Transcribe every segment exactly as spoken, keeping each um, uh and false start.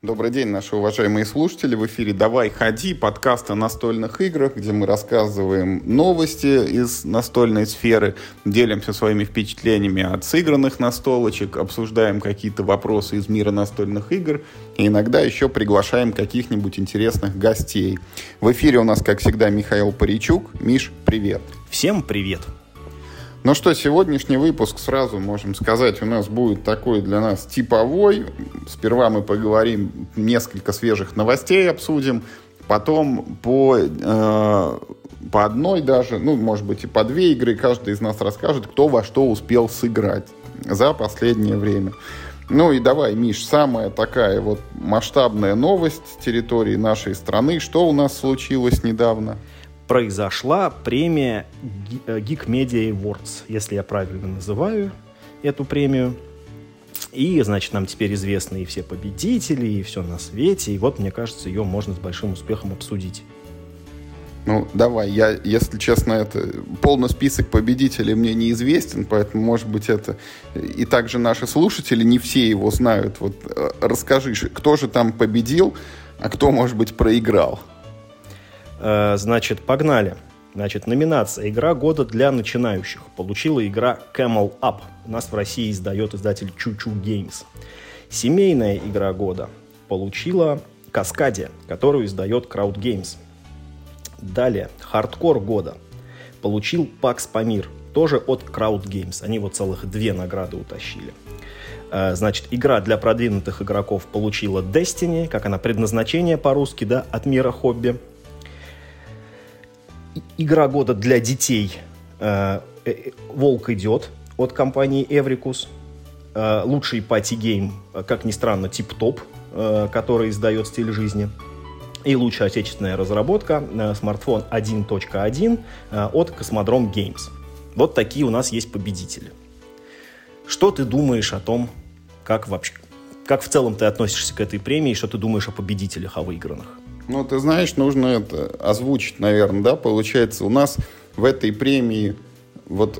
Добрый день, наши уважаемые слушатели. В эфире «Давай, ходи», подкаст о настольных играх, где мы рассказываем новости из настольной сферы, делимся своими впечатлениями от сыгранных настолочек, обсуждаем какие-то вопросы из мира настольных игр и иногда еще приглашаем каких-нибудь интересных гостей. В эфире у нас, как всегда, Михаил Паричук. Миш, привет. Всем привет. Ну что, сегодняшний выпуск, сразу можем сказать, у нас будет такой для нас типовой. Сперва мы поговорим, несколько свежих новостей обсудим, потом по, э, по одной даже, ну, может быть, и по две игры, каждый из нас расскажет, кто во что успел сыграть за последнее время. Ну и давай, Миш, самая такая вот масштабная новость территории нашей страны. Что у нас случилось недавно? Произошла премия Geek Media Awards, если я правильно называю эту премию. И, значит, нам теперь известны и все победители, и все на свете. И вот, мне кажется, ее можно с большим успехом обсудить. Ну, давай, я, если честно, это полный список победителей мне неизвестен, поэтому, может быть, это и также наши слушатели не все его знают. Вот расскажи, кто же там победил, а кто, может быть, проиграл? Значит, погнали. Значит, номинация «Игра года для начинающих» получила игра Camel Up. У нас в России издает издатель Чу-Чу Games. Семейная игра года получила Cascadia, которую издает Crowd Games. Далее, хардкор года получил Pax Pamir, тоже от Crowd Games. Они вот целых две награды утащили. Значит, игра для продвинутых игроков получила Destiny, как она, предназначение по-русски, да, от мира хобби. Игра года для детей э, э, «Волк идет» от компании Эврикус. Э, лучший пати-гейм, как ни странно, Тип-Топ, э, который издает «Стиль жизни». И лучшая отечественная разработка э, смартфон один точка один э, от Космодром Games. Вот такие у нас есть победители. Что ты думаешь о том, как вообще, как в целом ты относишься к этой премии, что ты думаешь о победителях, о выигранных? Ну, ты знаешь, нужно это озвучить, наверное, да, получается, у нас в этой премии вот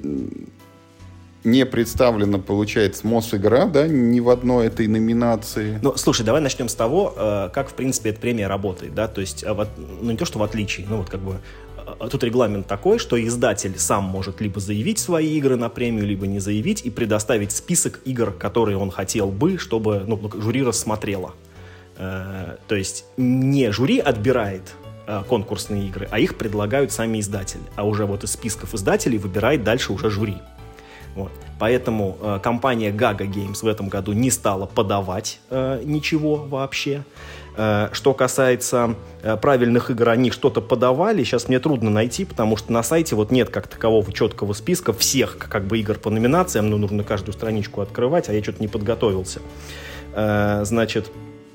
не представлена, получается, Мосигра, да, ни в одной этой номинации. Ну, слушай, давай начнем с того, как, в принципе, эта премия работает, да, то есть, ну, не то, что в отличие, ну, вот как бы, тут регламент такой, что издатель сам может либо заявить свои игры на премию, либо не заявить и предоставить список игр, которые он хотел бы, чтобы, ну, жюри рассмотрело. Uh, то есть не жюри отбирает uh, конкурсные игры, а их предлагают сами издатели. А уже вот из списков издателей выбирает дальше уже жюри. Вот. Поэтому uh, компания Gaga Games в этом году не стала подавать uh, ничего вообще. Uh, что касается uh, правильных игр, они что-то подавали. Сейчас мне трудно найти, потому что на сайте вот нет как такового четкого списка всех как бы игр по номинациям. Ну, нужно каждую страничку открывать, а я что-то не подготовился. Uh, значит...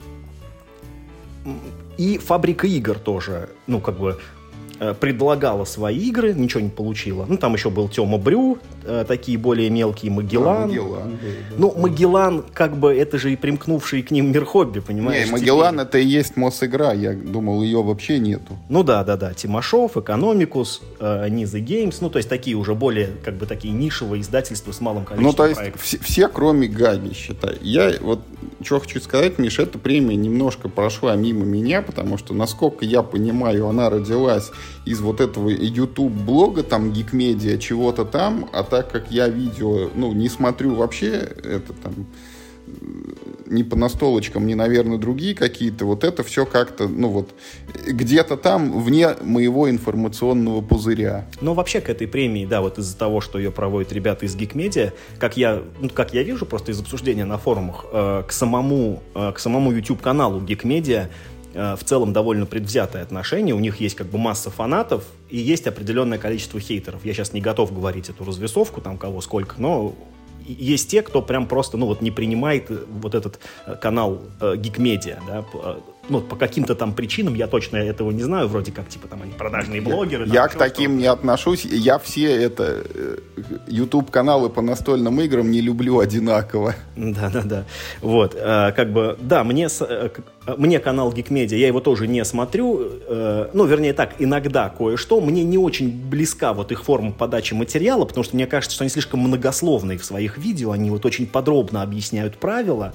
И фабрика игр тоже, ну, как бы, предлагала свои игры, ничего не получила. Ну, там еще был Тёма Брю, такие более мелкие, Магеллан. Да, Магеллан был, да. Ну, Магеллан, как бы, это же и примкнувший к ним мир хобби, понимаешь? Не, Магеллан теперь... это и есть Мосигра, я думал, ее вообще нету. Ну, да, да, да, Тимошов, Экономикус, Низы Геймс, ну, то есть такие уже более, как бы, такие нишевые издательства с малым количеством проектов. Ну, то есть проектов. Все, все, кроме Гаги, считай. Я вот, что хочу сказать, Миш, эта премия немножко прошла мимо меня, потому что, насколько я понимаю, она родилась из вот этого YouTube-блога, там, Geek Media, чего-то там, а так как я видео, ну, не смотрю вообще, это там, ни по настолочкам, ни, наверное, другие какие-то, вот это все как-то, ну, вот, где-то там, вне моего информационного пузыря. Ну, вообще, к этой премии, да, вот из-за того, что ее проводят ребята из Geek Media, как я, ну, как я вижу просто из обсуждения на форумах, э, к самому, э, к самому YouTube-каналу Geek Media в целом довольно предвзятое отношение. У них есть как бы масса фанатов и есть определенное количество хейтеров. Я сейчас не готов говорить эту развесовку, там кого сколько, но есть те, кто прям просто, ну вот, не принимает вот этот канал э, Geek Media, да, ну, по каким-то там причинам, я точно этого не знаю, вроде как, типа, там, они продажные блогеры. Я, там, я к таким не отношусь, я все это, YouTube-каналы по настольным играм не люблю одинаково. Да-да-да, вот, э, как бы, да, мне, э, мне канал Geek Media, я его тоже не смотрю, э, ну, вернее так, иногда кое-что, мне не очень близка вот их форма подачи материала, потому что мне кажется, что они слишком многословные в своих видео, они вот очень подробно объясняют правила,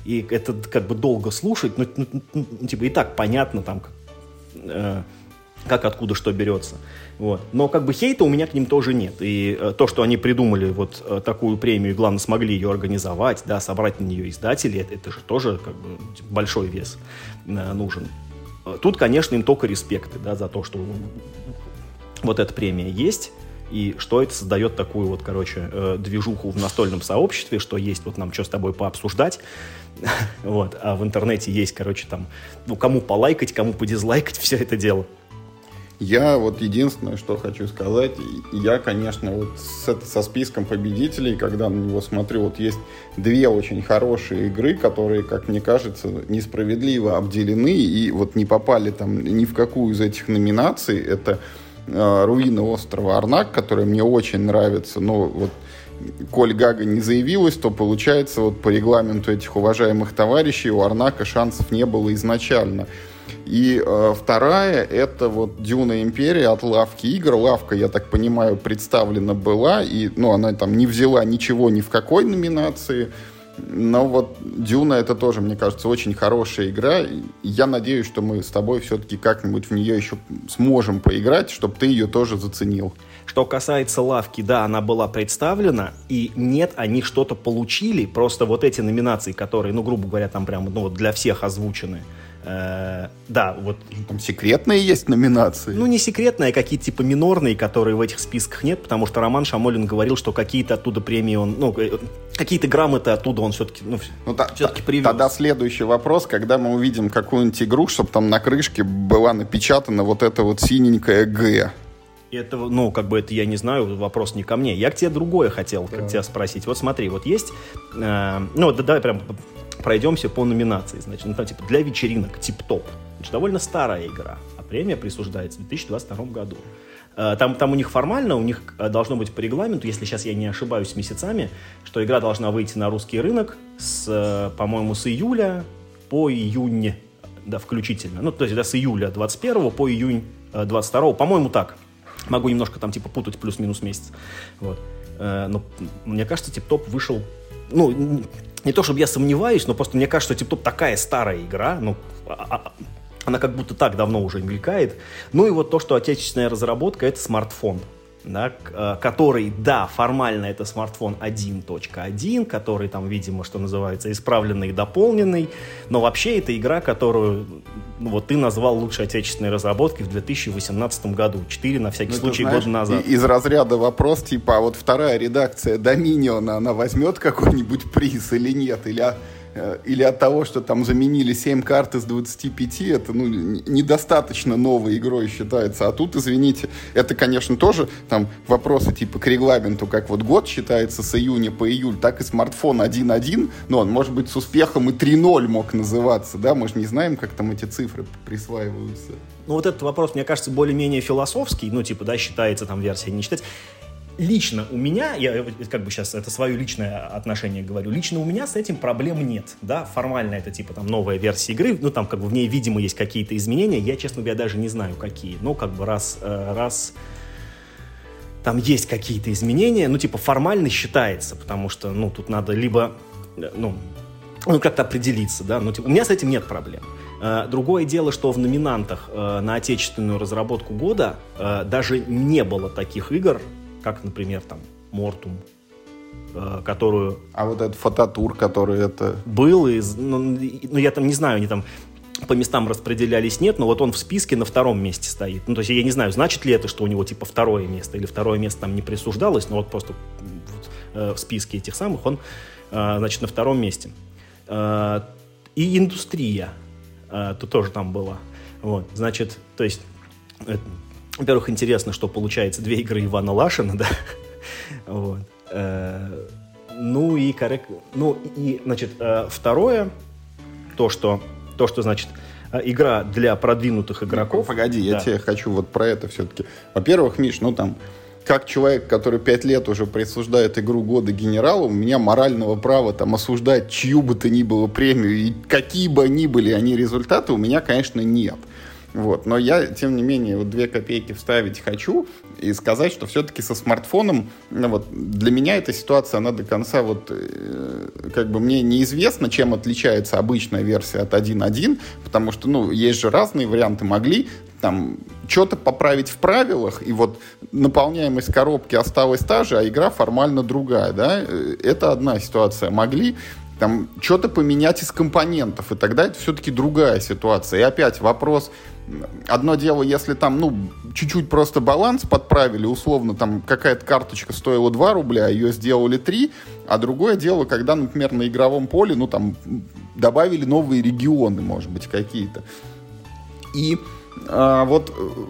и это как бы долго слушать, ну, ну, ну типа и так понятно там, как, э, как откуда что берется. Вот. Но как бы хейта у меня к ним тоже нет. И э, то, что они придумали вот э, такую премию, и главное, смогли ее организовать, да, собрать на нее издателей, это, это же тоже как бы большой вес э, нужен. Тут, конечно, им только респекты, да, за то, что вот эта премия есть, и что это создает такую вот, короче, э, движуху в настольном сообществе, что есть вот нам что с тобой пообсуждать, вот, а в интернете есть, короче, там, ну, кому полайкать, кому подизлайкать все это дело. Я вот единственное, что хочу сказать, я, конечно, вот с, со списком победителей, когда на него смотрю, вот есть две очень хорошие игры, которые, как мне кажется, несправедливо обделены и вот не попали там ни в какую из этих номинаций. Это э, «Руины острова Арнак», которая мне очень нравится, но вот коль Гага не заявилась, то получается вот по регламенту этих уважаемых товарищей у Арнака шансов не было изначально. И э, вторая, это вот «Дюна Империя» от Лавки игр. Лавка, я так понимаю, представлена была, и, ну, она там не взяла ничего ни в какой номинации. Но вот «Дюна» — это тоже, мне кажется, очень хорошая игра. И я надеюсь, что мы с тобой все-таки как-нибудь в нее еще сможем поиграть, чтобы ты ее тоже заценил. Что касается «Лавки», да, она была представлена, и нет, они что-то получили. Просто вот эти номинации, которые, ну, грубо говоря, там прям, ну, вот для всех озвучены, Э, да, вот. Там секретные есть номинации? Ну, не секретные, а какие-то типа минорные, которые в этих списках нет, потому что Роман Шамолин говорил, что какие-то оттуда премии он, ну, какие-то грамоты оттуда он все-таки, ну, ну та, все-таки привез. Тогда следующий вопрос, когда мы увидим какую-нибудь игру, чтобы там на крышке была напечатана вот эта вот синенькая «Г». Это, ну, как бы это, я не знаю, вопрос не ко мне. Я к тебе другое хотел, да. как тебя спросить. Вот смотри, вот есть, э, ну, да, давай прям пройдемся по номинации. Значит, ну, там, типа, для вечеринок, тип-топ. Значит, довольно старая игра, а премия присуждается в две тысячи двадцать втором году. Э, там, там у них формально, у них должно быть по регламенту, если сейчас я не ошибаюсь месяцами, что игра должна выйти на русский рынок с, по-моему, с июля по июнь, да, включительно. Ну, то есть, да, с июля двадцать первого по июнь двадцать второго, по-моему, так. Могу немножко там типа путать плюс-минус месяц. Вот. Э, но мне кажется, тип-топ вышел... Ну, не то чтобы я сомневаюсь, но просто мне кажется, что тип-топ такая старая игра. Ну, а, а, она как будто так давно уже мелькает. Ну и вот то, что отечественная разработка, это смартфон. Да, который, да, формально это смартфон один точка один, который там, видимо, что называется, исправленный и дополненный, но вообще это игра, которую, ну, вот ты назвал лучшей отечественной разработкой в две тысячи восемнадцатом году, четыре на всякий ну, случай знаешь, года назад. Из разряда вопрос, типа, а вот вторая редакция Доминиона, она возьмет какой-нибудь приз или нет, или... Или от того, что там заменили семь карт из двадцати пяти, это, ну, недостаточно новой игрой считается. А тут, извините, это, конечно, тоже там вопросы типа к регламенту, как вот год считается с июня по июль, так и смартфон один один, но он, может быть, с успехом и три ноль мог называться, да? Мы же не знаем, как там эти цифры присваиваются. Ну, вот этот вопрос, мне кажется, более-менее философский, ну, типа, да, считается там версия не считать. Лично у меня, я как бы сейчас это свое личное отношение говорю, лично у меня с этим проблем нет, да, формально это типа там новая версия игры, ну там как бы в ней, видимо, есть какие-то изменения, я, честно говоря, даже не знаю какие, но как бы раз, раз там есть какие-то изменения, ну типа формально считается, потому что, ну тут надо либо, ну, ну как-то определиться, да, ну типа у меня с этим нет проблем. Другое дело, что в номинантах на отечественную разработку года даже не было таких игр, как, например, там, Мортум, э, которую... А вот этот фототур, который это... Был, и, ну, ну, я там не знаю, они там по местам распределялись, нет, но вот он в списке на втором месте стоит. Ну, то есть я не знаю, значит ли это, что у него, типа, второе место, или второе место там не присуждалось, но вот просто вот, э, в списке этих самых он, э, значит, на втором месте. Э, и индустрия э, то тоже там была. Вот, значит, то есть... Э, Во-первых, интересно, что получается две игры Ивана Лашина, да, вот. Ну и коррект, ну и, значит, второе, то, что, то, что, значит, игра для продвинутых игроков. Погоди, я да. тебе хочу вот про это все-таки. Во-первых, Миш, ну там, как человек, который пять лет уже присуждает игру года генералу, у меня морального права там осуждать чью бы то ни было премию и какие бы ни были они результаты, у меня, конечно, нет. Вот. Но я, тем не менее, вот две копейки вставить хочу и сказать, что все-таки со смартфоном, ну, вот, для меня эта ситуация, она до конца вот, э, как бы мне неизвестно, чем отличается обычная версия от один точка один, потому что, ну, есть же разные варианты, могли там что-то поправить в правилах, и вот наполняемость коробки осталась та же, а игра формально другая, да, это одна ситуация. Могли там что-то поменять из компонентов, и тогда это все-таки другая ситуация. И опять вопрос, одно дело, если там, ну, чуть-чуть просто баланс подправили, условно, там какая-то карточка стоила два рубля, ее сделали три, а другое дело, когда, например, на игровом поле, ну, там, добавили новые регионы, может быть, какие-то. И а, вот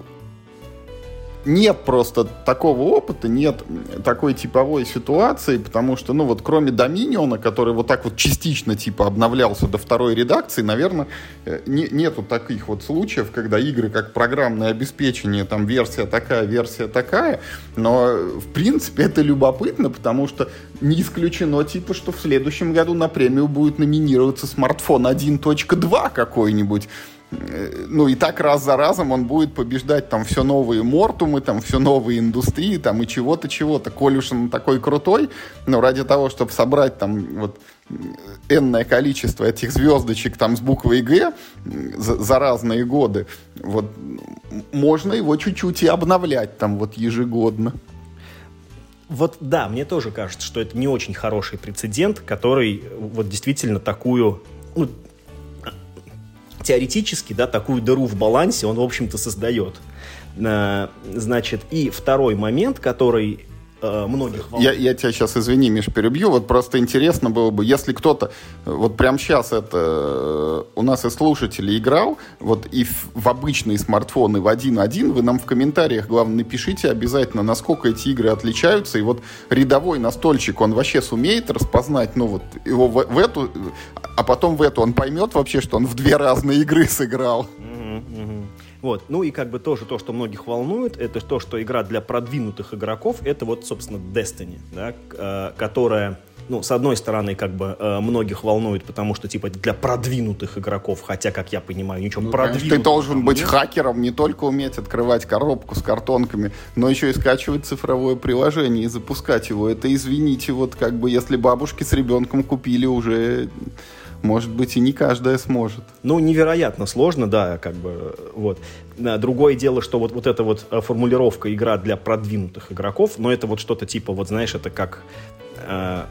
нет просто такого опыта, нет такой типовой ситуации, потому что, ну, вот кроме Доминиона, который вот так вот частично типа обновлялся до второй редакции, наверное, не, нету таких вот случаев, когда игры как программное обеспечение, там, версия такая, версия такая, но, в принципе, это любопытно, потому что не исключено, типа, что в следующем году на премию будет номинироваться смартфон один точка два какой-нибудь. Ну, и так раз за разом он будет побеждать там все новые Мортумы, там все новые индустрии, там и чего-то, чего-то. Коль уж он такой крутой, но ради того, чтобы собрать там вот энное количество этих звездочек там с буквой Г за, за разные годы, вот можно его чуть-чуть и обновлять там вот ежегодно. Вот да, мне тоже кажется, что это не очень хороший прецедент, который вот действительно такую... Ну, теоретически, да, такую дыру в балансе он, в общем-то, создает. Значит, и второй момент, который э, многих волнует... Я, я тебя сейчас, извини, Миш, перебью. Вот просто интересно было бы, если кто-то вот прямо сейчас это у нас и слушатели играл, вот и в, в обычные смартфоны в один точка один, вы нам в комментариях, главное, напишите обязательно, насколько эти игры отличаются. И вот рядовой настольщик, он вообще сумеет распознать, ну вот его в, в эту... А потом в эту он поймет вообще, что он в две разные игры сыграл. Mm-hmm, mm-hmm. Вот. Ну и как бы тоже то, что многих волнует, это то, что игра для продвинутых игроков, это вот, собственно, Destiny, да, э, которая, ну, с одной стороны, как бы э, многих волнует, потому что, типа, для продвинутых игроков, хотя, как я понимаю, ничего ну, продвинутого... Ты должен быть нет. хакером, не только уметь открывать коробку с картонками, но еще и скачивать цифровое приложение и запускать его. Это, извините, вот как бы, если бабушки с ребенком купили уже... Может быть, и не каждая сможет. Ну, невероятно сложно, да, как бы, вот. Другое дело, что вот, вот эта вот формулировка игра для продвинутых игроков, но это вот что-то типа, вот знаешь, это как... Э,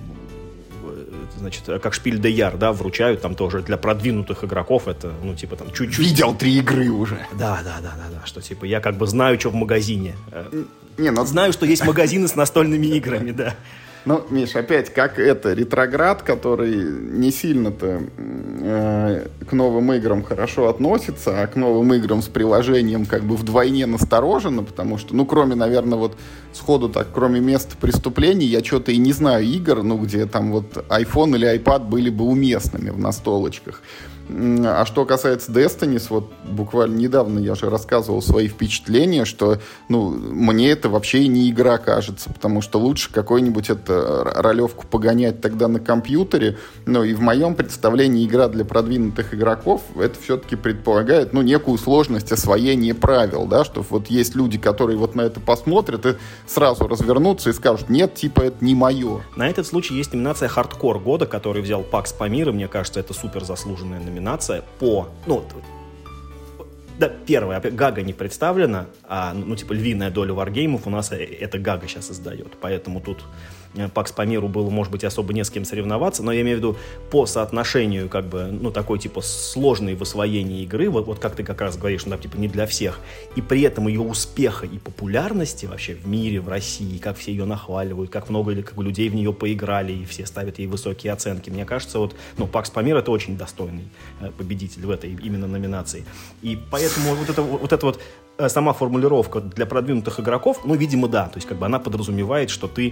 значит, как Шпиль де Яр, да, вручают там тоже для продвинутых игроков, это, ну, типа там чуть-чуть... Видел три игры уже. Да, да, да, да, да, что типа я как бы знаю, что в магазине. Не, но... Знаю, что есть магазины с настольными играми, да. Ну, Миш, опять, как это, ретроград, который не сильно-то э, к новым играм хорошо относится, а к новым играм с приложением как бы вдвойне настороженно, потому что, ну, кроме, наверное, вот сходу так, кроме места преступлений, я что-то и не знаю игр, ну, где там вот iPhone или iPad были бы уместными в настолочках. А что касается Destiny, вот буквально недавно я же рассказывал свои впечатления, что, ну, мне это вообще и не игра кажется, потому что лучше какую-нибудь это ролевку погонять тогда на компьютере. Ну, и в моем представлении игра для продвинутых игроков это все-таки предполагает, ну, некую сложность освоения правил, да, что вот есть люди, которые вот на это посмотрят и сразу развернутся и скажут, нет, типа, это не мое. На этот случай есть номинация «Хардкор года», который взял Пакс Памир, и мне кажется, это супер заслуженная номинация. Номинация по, ну, да, первое, Гага не представлена, а, ну, типа, львиная доля варгеймов у нас это Гага сейчас издает, поэтому тут Пакс Памиру было, может быть, особо не с кем соревноваться, но я имею в виду по соотношению, как бы, ну, такой, типа, сложной в освоении игры, вот, вот как ты как раз говоришь, ну, там, типа, не для всех, и при этом ее успеха и популярности вообще в мире, в России, как все ее нахваливают, как много или как людей в нее поиграли, и все ставят ей высокие оценки, мне кажется, вот, ну, Пакс Памир это очень достойный победитель в этой именно номинации, и поэтому вот это вот, это вот сама формулировка для продвинутых игроков, ну, видимо, да, то есть, как бы, она подразумевает, что ты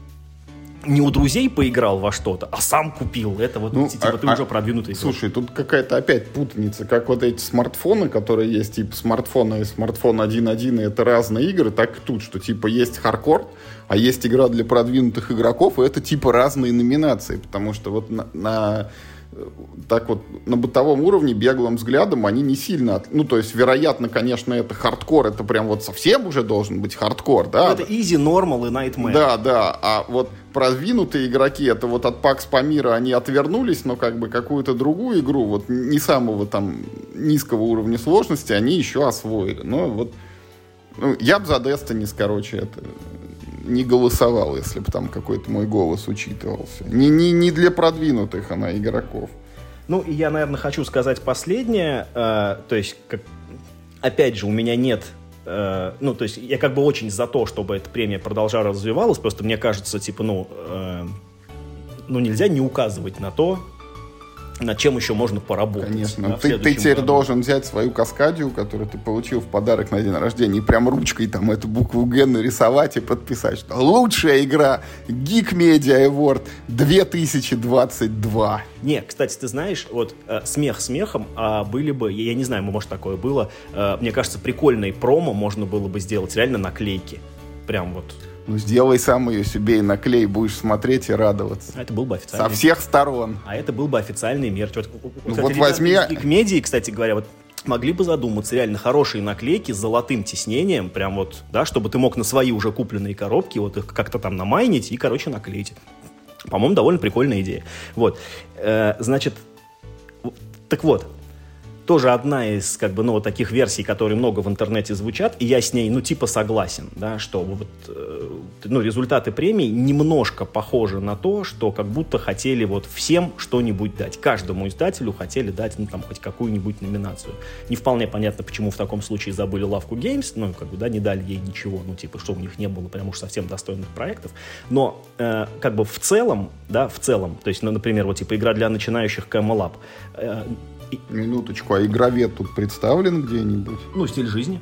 не у друзей поиграл во что-то, а сам купил. Это вот, ну, типа, а, ты а, уже продвинутый игрок. Слушай, тут какая-то опять путаница. Как вот эти смартфоны, которые есть, типа смартфона и смартфон один точка один, и это разные игры, так и тут, что типа есть хардкор, а есть игра для продвинутых игроков, и это типа разные номинации. Потому что вот на, на так вот на бытовом уровне, беглым взглядом, они не сильно... От... Ну, то есть, вероятно, конечно, это хардкор, это прям вот совсем уже должен быть хардкор, да? Это easy, normal и nightmare. Да, да, а вот продвинутые игроки, это вот от Pax Pamir они отвернулись, но как бы какую-то другую игру, вот не самого там низкого уровня сложности, они еще освоили. Ну, вот... Ну, я бы за Destiny, короче, это... не голосовал, если бы там какой-то мой голос учитывался. Не, не, не для продвинутых она игроков. Ну, и я, наверное, хочу сказать последнее. Э, то есть, как, опять же, у меня нет... Э, ну, то есть, я как бы очень за то, чтобы эта премия продолжала развивалась. Просто мне кажется, типа, ну... Э, ну, нельзя не указывать на то, над чем еще можно поработать. Конечно. Да, ты, ты теперь году. должен взять свою каскадию, которую ты получил в подарок на день рождения, и прям ручкой там эту букву Г нарисовать и подписать, что лучшая игра Geek Media Award две тысячи двадцать два. Не, кстати, ты знаешь, вот э, смех смехом, а были бы, я, я не знаю, может такое было, э, мне кажется, прикольные промо можно было бы сделать, реально наклейки. Прям вот. Ну, сделай сам ее себе и наклей, будешь смотреть и радоваться. А это был бы официальный. Со всех сторон. А это был бы официальный мерч. Вот, ну, кстати, вот возьми... Geek Media, кстати говоря, вот могли бы задуматься, реально хорошие наклейки с золотым тиснением, прям вот, да, чтобы ты мог на свои уже купленные коробки вот их как-то там намайнить и, короче, наклеить. По-моему, довольно прикольная идея. Вот. Э, значит, так вот, тоже одна из, как бы, ну, вот таких версий, которые много в интернете звучат, и я с ней, ну, типа согласен, да, что вот, э, ну, результаты премии немножко похожи на то, что как будто хотели вот всем что-нибудь дать. Каждому издателю хотели дать, ну, там, хоть какую-нибудь номинацию. Не вполне понятно, почему в таком случае забыли Лавку Games, ну, как бы, да, не дали ей ничего, ну, типа, что у них не было прям уж совсем достойных проектов. Но, э, как бы, в целом, да, в целом, то есть, ну, например, вот, типа, игра для начинающих Camelot, э, Минуточку, а игровед тут представлен где-нибудь? Ну, стиль жизни.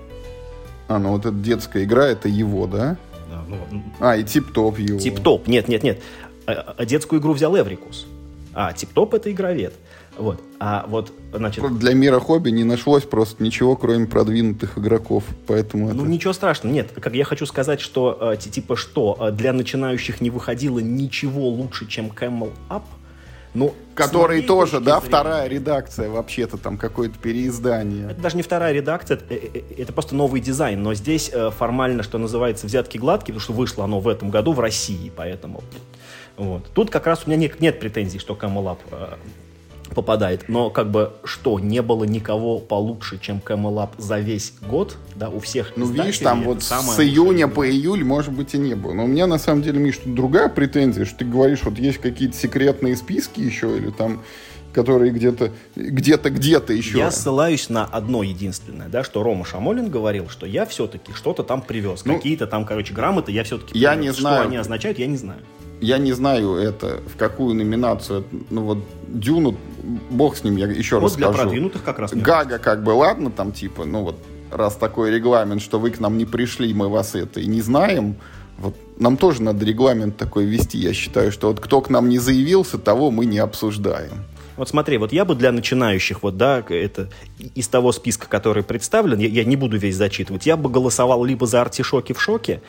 А, ну вот эта детская игра, это его, да? Да, ну, а, и Тип-Топ его. Тип-Топ, нет, нет, нет. А, а детскую игру взял Эврикус. А Тип-Топ — это игровед. Вот. А вот, значит... Для мира хобби не нашлось просто ничего, кроме продвинутых игроков, поэтому... Ну, это... ничего страшного. Нет, как я хочу сказать, что, типа, что для начинающих не выходило ничего лучше, чем Camel Up. Ну, который тоже, да, зрения. Вторая редакция, вообще-то там какое-то переиздание. Это даже не вторая редакция, это, это просто новый дизайн, но здесь формально, что называется, взятки гладкие, потому что вышло оно в этом году в России, поэтому вот. Тут как раз у меня нет, нет претензий, что Camel Up попадает, но как бы что, не было никого получше, чем Camel Up за весь год, да, у всех ну, видишь, там вот с июня по июль, может быть, и не было. Но у меня, на самом деле, Миш, тут другая претензия, что ты говоришь, вот есть какие-то секретные списки еще, или там, которые где-то, где-то, где-то еще. Я ссылаюсь на одно единственное, да, что Рома Шамолин говорил, что я все-таки что-то там привез, ну, какие-то там, короче, грамоты я все-таки привез. Я не знаю. Что они означают, я не знаю. Я не знаю это, в какую номинацию, ну вот Дюну, бог с ним, я еще вот раз скажу. Вот для продвинутых как раз. Гага как бы, ладно, там типа, ну вот, раз такой регламент, что вы к нам не пришли, мы вас это и не знаем, вот нам тоже надо регламент такой вести. Я считаю, что вот кто к нам не заявился, того мы не обсуждаем. Вот смотри, вот я бы для начинающих, вот, да, это из того списка, который представлен, я, я не буду весь зачитывать, я бы голосовал либо за Артишоки в шоке,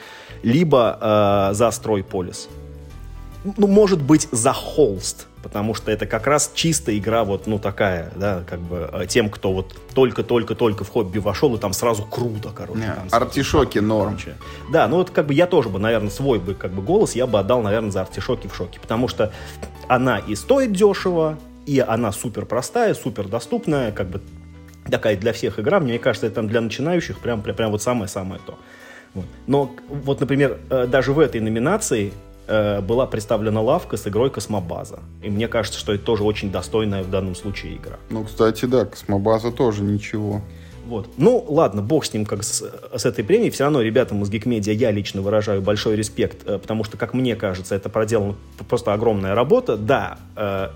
либо э, за Стройполис. Ну, может быть, за Холст, потому что это как раз чистая игра, вот, ну, такая, да, как бы, тем, кто вот только-только-только в хобби вошел, и там сразу круто, короче. Yeah, там, Артишоки норм. Короче. Да, ну, вот, как бы, я тоже бы, наверное, свой бы, как бы, голос я бы отдал, наверное, за Артишоки в шоке, потому что она и стоит дешево, и она супер простая, супер доступная, как бы, такая для всех игра, мне кажется, это там для начинающих прям, прям, прям вот самое-самое то. Вот. Но, вот, например, даже в этой номинации была представлена лавка с игрой Космобаза. И мне кажется, что это тоже очень достойная в данном случае игра. Ну, кстати, да, Космобаза тоже ничего. Вот. Ну, ладно, бог с ним, как с, с этой премией. Все равно ребятам из Geek Media я лично выражаю большой респект, потому что, как мне кажется, это проделана просто огромная работа. Да, э,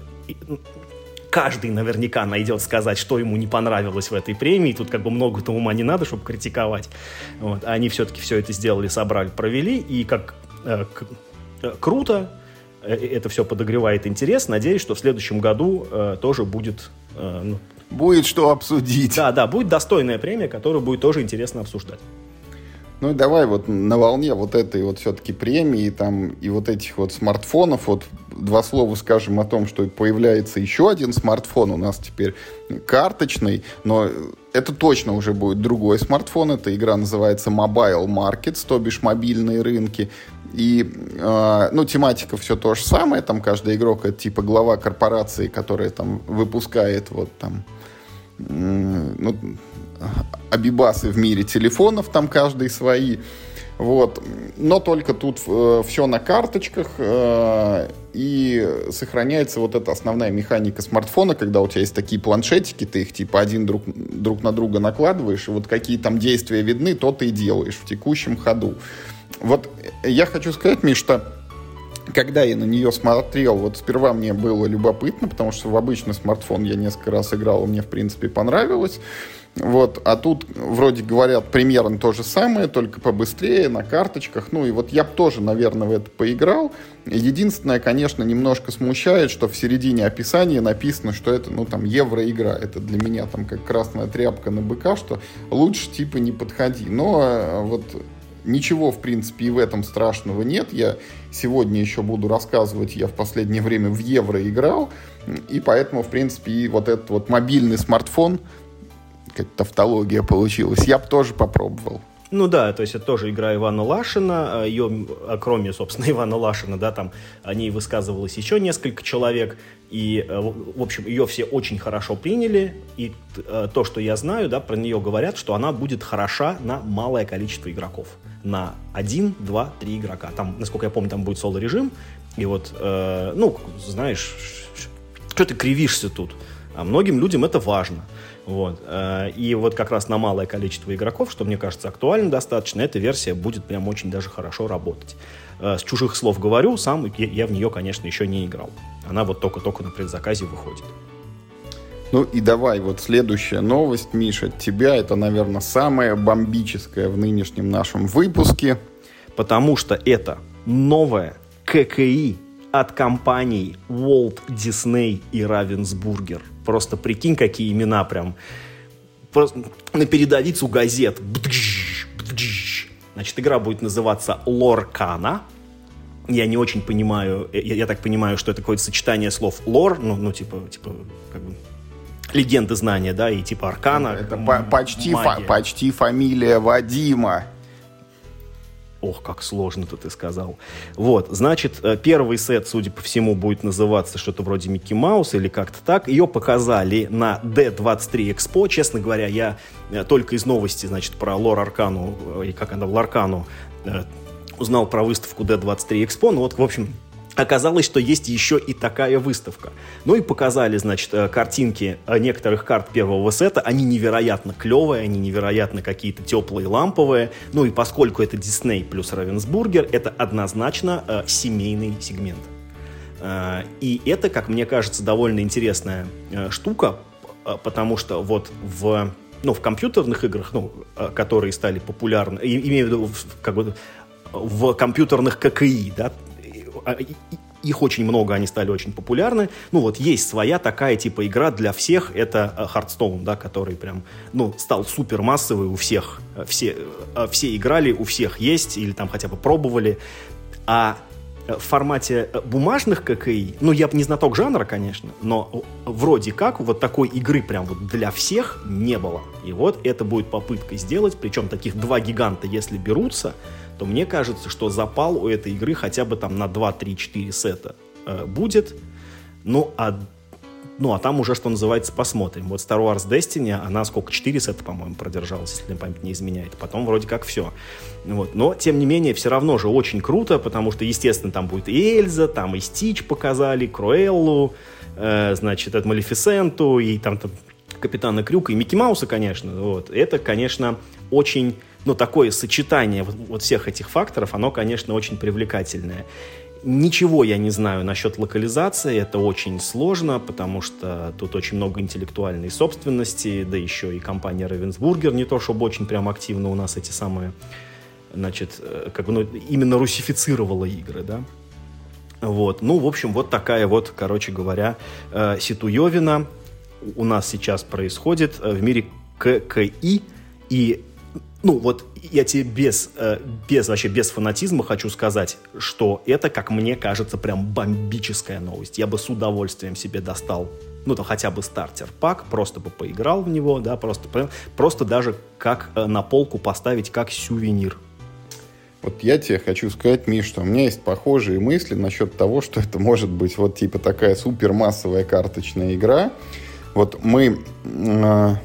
каждый наверняка найдет сказать, что ему не понравилось в этой премии. Тут как бы много-то ума не надо, чтобы критиковать. Вот. А они все-таки все это сделали, собрали, провели. И как... Э, круто, это все подогревает интерес. Надеюсь, что в следующем году э, тоже будет... Э, ну, будет что обсудить. Да, да, будет достойная премия, которую будет тоже интересно обсуждать. Ну и давай вот на волне вот этой вот все-таки премии там и вот этих вот смартфонов, вот два слова скажем о том, что появляется еще один смартфон у нас теперь карточный, но это точно уже будет другой смартфон. Эта игра называется Mobile Markets, то бишь мобильные рынки. И, э, ну, тематика все то же самое. Там каждый игрок — это типа глава корпорации, которая там выпускает вот там э, ну, абибасы в мире телефонов, там каждый свои. Вот. Но только тут э, все на карточках, э, и сохраняется вот эта основная механика смартфона, когда у тебя есть такие планшетики, ты их типа один друг, друг на друга накладываешь, и вот какие там действия видны, то ты и делаешь в текущем ходу. Вот я хочу сказать, Миш, что когда я на нее смотрел, вот сперва мне было любопытно, потому что в обычный смартфон я несколько раз играл, и мне, в принципе, понравилось. Вот, а тут, вроде говорят, примерно то же самое, только побыстрее, на карточках. Ну, и вот я бы тоже, наверное, в это поиграл. Единственное, конечно, немножко смущает, что в середине описания написано, что это, ну, там, евроигра. Это для меня там как красная тряпка на быка, что лучше, типа, не подходи. Но вот ничего, в принципе, и в этом страшного нет. Я сегодня еще буду рассказывать, я в последнее время в евро играл, и поэтому, в принципе, и вот этот вот мобильный смартфон, какая-то тавтология получилась, я бы тоже попробовал. Ну да, то есть это тоже игра Ивана Лашина, ее, кроме, собственно, Ивана Лашина, да, там о ней высказывалось еще несколько человек, и, в общем, ее все очень хорошо приняли, и то, что я знаю, да, про нее говорят, что она будет хороша на малое количество игроков, на один, два, три игрока. Там, насколько я помню, там будет соло-режим, и вот, э, ну, знаешь, что ты кривишься тут? А многим людям это важно. Вот. И вот как раз на малое количество игроков, что мне кажется актуально достаточно, эта версия будет прям очень даже хорошо работать. С чужих слов говорю, сам я в нее, конечно, еще не играл. Она вот только-только на предзаказе выходит. Ну и давай, вот следующая новость, Миша, от тебя. Это, наверное, самая бомбическая в нынешнем нашем выпуске. Потому что это новая ККИ от компаний Walt Disney и Ravensburger. Просто прикинь, какие имена прям. Просто на передовицу газет. Значит, игра будет называться Лоркана. Я не очень понимаю, я, я так понимаю, что это какое-то сочетание слов лор, ну, ну типа, типа, как бы, легенды знания, да, и типа аркана. Это м- почти, фа- почти фамилия Вадима. Ох, как сложно-то ты сказал. Вот, значит, первый сет, судя по всему, будет называться что-то вроде Микки Маус или как-то так. Ее показали на ди двадцать три Экспо. Честно говоря, я только из новости, значит, про Лор Аркану, и как она, Лоркану, узнал про выставку ди двадцать три Экспо. Ну вот, в общем, оказалось, что есть еще и такая выставка. Ну и показали, значит, картинки некоторых карт первого сета. Они невероятно клевые, они невероятно какие-то теплые, ламповые. Ну и поскольку это Disney плюс Ravensburger, это однозначно э, семейный сегмент. Э, и это, как мне кажется, довольно интересная э, штука, э, потому что вот в, ну, в компьютерных играх, ну, э, которые стали популярны, и, имею в виду в, как бы, в компьютерных ККИ, да, их очень много, они стали очень популярны. Ну вот есть своя такая типа игра для всех, это Hearthstone, да, который прям, ну, стал супер массовый у всех, все, все играли, у всех есть или там хотя бы пробовали. А в формате бумажных ККИ, ну я бы не знаток жанра, конечно, но вроде как вот такой игры прям вот для всех не было. И вот это будет попытка сделать, причем таких два гиганта, если берутся, то мне кажется, что запал у этой игры хотя бы там на два, три, четыре сета э, будет. Ну а, ну, а там уже, что называется, посмотрим. Вот Star Wars Destiny, она сколько, четыре сета, по-моему, продержалась, если мне память не изменяет. Потом вроде как все. Вот. Но, тем не менее, все равно же очень круто, потому что, естественно, там будет и Эльза, там и Стич показали, Круэллу, э, значит, это Малефисенту, и там, там Капитана Крюка, и Микки Мауса, конечно. Вот. Это, конечно, очень... Ну, такое сочетание вот, вот всех этих факторов, оно, конечно, очень привлекательное. Ничего я не знаю насчет локализации, это очень сложно, потому что тут очень много интеллектуальной собственности, да еще и компания Ravensburger не то, чтобы очень прям активно у нас эти самые, значит, как бы, ну, именно русифицировала игры, да. Вот, ну, в общем, вот такая вот, короче говоря, ситуевина у нас сейчас происходит в мире ККИ, и Ну, вот я тебе без, э, без, вообще без фанатизма хочу сказать, что это, как мне кажется, прям бомбическая новость. Я бы с удовольствием себе достал, ну, там, хотя бы стартер-пак, просто бы поиграл в него, да, просто, просто даже как э, на полку поставить, как сувенир. Вот я тебе хочу сказать, Миш, что у меня есть похожие мысли насчет того, что это может быть вот типа такая супермассовая карточная игра. Вот мы... Э,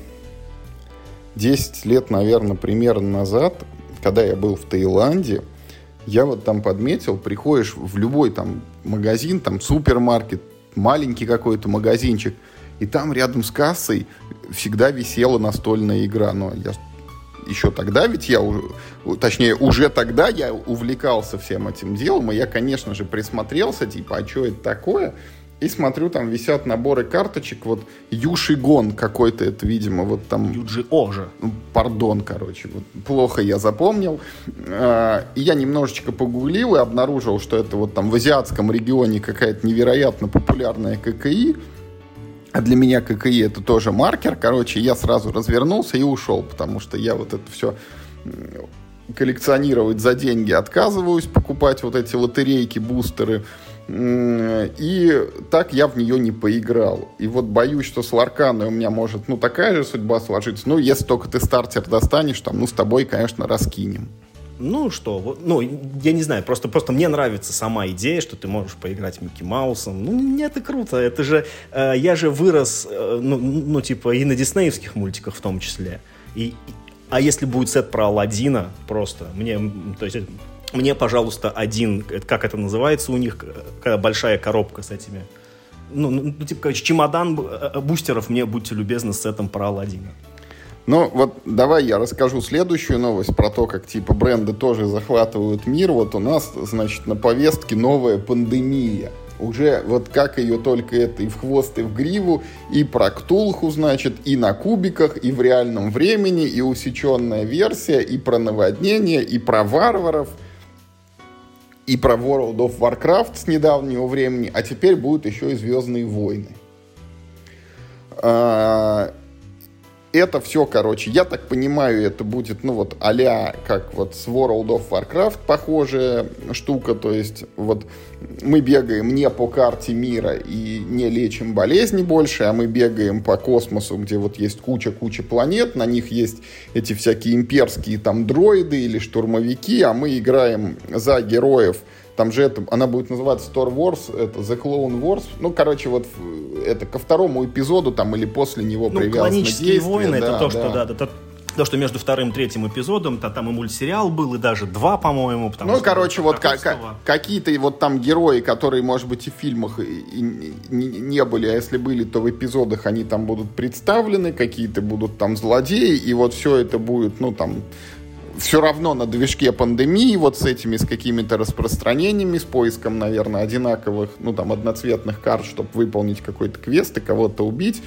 десять лет, наверное, примерно назад, когда я был в Таиланде, я вот там подметил, приходишь в любой там магазин, там супермаркет, маленький какой-то магазинчик, и там рядом с кассой всегда висела настольная игра. Но я еще тогда ведь я, точнее, уже тогда я увлекался всем этим делом, и я, конечно же, присмотрелся, типа, а что это такое? И смотрю, там висят наборы карточек, вот Юшигон какой-то, это, видимо, вот там... Юджи-О же. Пардон, короче, вот плохо я запомнил. И я немножечко погуглил и обнаружил, что это вот там в азиатском регионе какая-то невероятно популярная ККИ. А для меня ККИ это тоже маркер. Короче, я сразу развернулся и ушел, потому что я вот это все... коллекционировать за деньги отказываюсь, покупать вот эти лотерейки, бустеры. И так я в нее не поиграл. И вот боюсь, что с Ларканой у меня может, ну, такая же судьба сложиться. Ну, если только ты стартер достанешь, там, ну, с тобой, конечно, раскинем. Ну, что, ну, я не знаю, просто, просто мне нравится сама идея, что ты можешь поиграть Микки Маусом. Ну, нет, это круто, это же, э, я же вырос, э, ну, ну, типа, и на диснеевских мультиках в том числе. И, а если будет сет про Аладдина, просто, мне, то есть... Мне, пожалуйста, один, как это называется у них, большая коробка с этими, ну, ну типа, короче, чемодан бустеров, мне, будьте любезны, с сетом про Аладдина. Ну, вот давай я расскажу следующую новость про то, как, типа, бренды тоже захватывают мир. Вот у нас, значит, на повестке новая пандемия. Уже вот как ее только это и в хвост, и в гриву, и про Ктулху, значит, и на кубиках, и в реальном времени, и усеченная версия, и про наводнение, и про варваров, и про World of Warcraft с недавнего времени, а теперь будут еще и Звездные войны. Это все, короче, я так понимаю, это будет, ну вот, а-ля, как вот с World of Warcraft похожая штука, то есть вот мы бегаем не по карте мира и не лечим болезни больше, а мы бегаем по космосу, где вот есть куча-куча планет, на них есть эти всякие имперские там дроиды или штурмовики, а мы играем за героев. Там же это, она будет называться Star Wars, это The Clone Wars. Ну, короче, вот это ко второму эпизоду там или после него ну, привязано действие. Клонические войны, да, это то, да. что, да, это то, что между вторым и третьим эпизодом, то, там и мультсериал был, и даже два, по-моему. Ну, что, короче, вот к- к- какие-то вот там герои, которые, может быть, и в фильмах и, и, не, не были, а если были, то в эпизодах они там будут представлены, какие-то будут там злодеи, и вот все это будет, ну, там... Все равно на движке пандемии, вот с этими, с какими-то распространениями, с поиском, наверное, одинаковых, ну, там, одноцветных карт, чтобы выполнить какой-то квест и кого-то убить.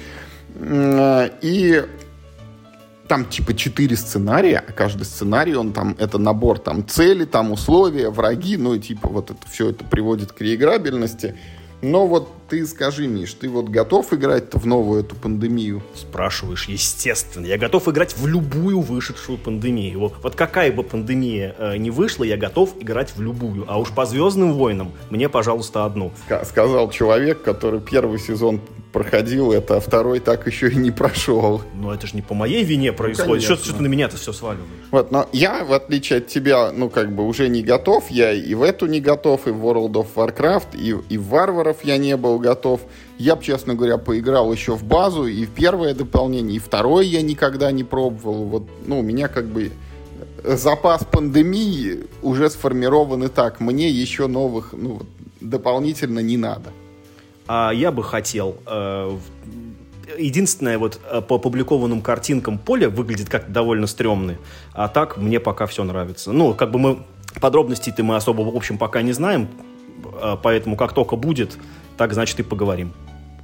И там, типа, четыре сценария, а каждый сценарий, он там, это набор, там, цели, там, условия, враги, ну, и, типа, вот это все это приводит к реиграбельности. Но вот ты скажи, Миш, ты вот готов играть-то в новую эту пандемию? Спрашиваешь, естественно. Я готов играть в любую вышедшую пандемию. Вот, вот какая бы пандемия э, ни вышла, я готов играть в любую. А уж по «Звездным войнам» мне, пожалуйста, одну. Sk- сказал человек, который первый сезон проходил это, а второй так еще и не прошел. Ну, это же не по моей вине происходит. Что, что ты на меня-то все сваливаешь? Вот, но я, в отличие от тебя, ну, как бы уже не готов. Я и в эту не готов, и в World of Warcraft, и, и в Варваров я не был готов. Я, честно говоря, поиграл еще в базу, и в первое дополнение, и второе я никогда не пробовал. Вот, ну, у меня как бы запас пандемии уже сформирован и так. Мне еще новых, ну, дополнительно не надо. А я бы хотел... Э, единственное, вот по опубликованным картинкам поле выглядит как-то довольно стрёмно. А так мне пока все нравится. Ну, как бы мы... Подробностей-то мы особо, в общем, пока не знаем. Поэтому как только будет, так, значит, и поговорим.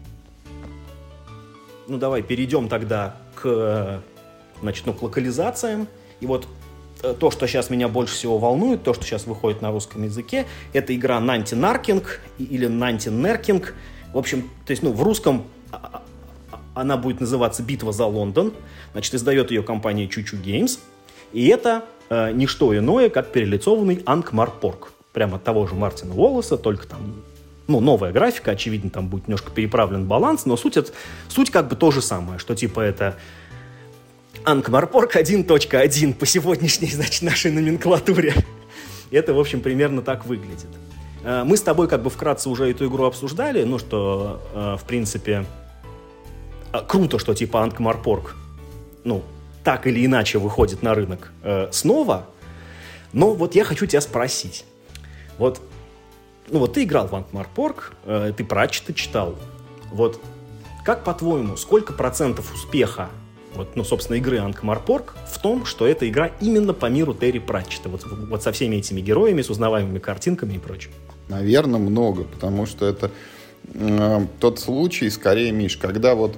Ну, давай перейдем тогда к, значит, ну, к локализациям. И вот то, что сейчас меня больше всего волнует, то, что сейчас выходит на русском языке, это игра Нанти Наркинг или Нанти Неркинг. В общем, то есть, ну, в русском она будет называться «Битва за Лондон». Значит, издает ее компания Чучу Games. И это э, не что иное, как перелицованный Анкмарпорк. Прямо от того же Мартина Уоллеса, только там, ну, новая графика, очевидно, там будет немножко переправлен баланс, но суть, от, суть как бы то же самое, что типа это Анкмарпорк один точка один по сегодняшней, значит, нашей номенклатуре. Это, в общем, примерно так выглядит. Мы с тобой как бы вкратце уже эту игру обсуждали, ну, что, в принципе, круто, что типа Анкмарпорк, ну, так или иначе выходит на рынок снова, но вот я хочу тебя спросить. Вот, ну, вот ты играл в Анкмарпорк, ты Пратчета читал, вот, как, по-твоему, сколько процентов успеха вот, ну, собственно, игры Анкмарпорк в том, что эта игра именно по миру Терри Пратчета, вот, вот со всеми этими героями, с узнаваемыми картинками и прочим? Наверное, много, потому что это э, тот случай, скорее, Миш, когда вот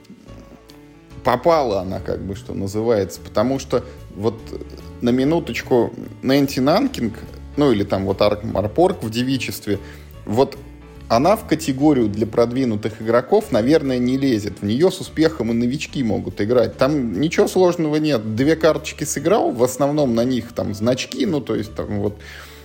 попала она, как бы, что называется, потому что вот на минуточку Нэнти Нанкинг, ну, или там вот Анкмарпорк в девичестве, вот она в категорию для продвинутых игроков, наверное, не лезет. В нее с успехом и новички могут играть. Там ничего сложного нет. Две карточки сыграл, в основном на них там значки, ну, то есть там вот...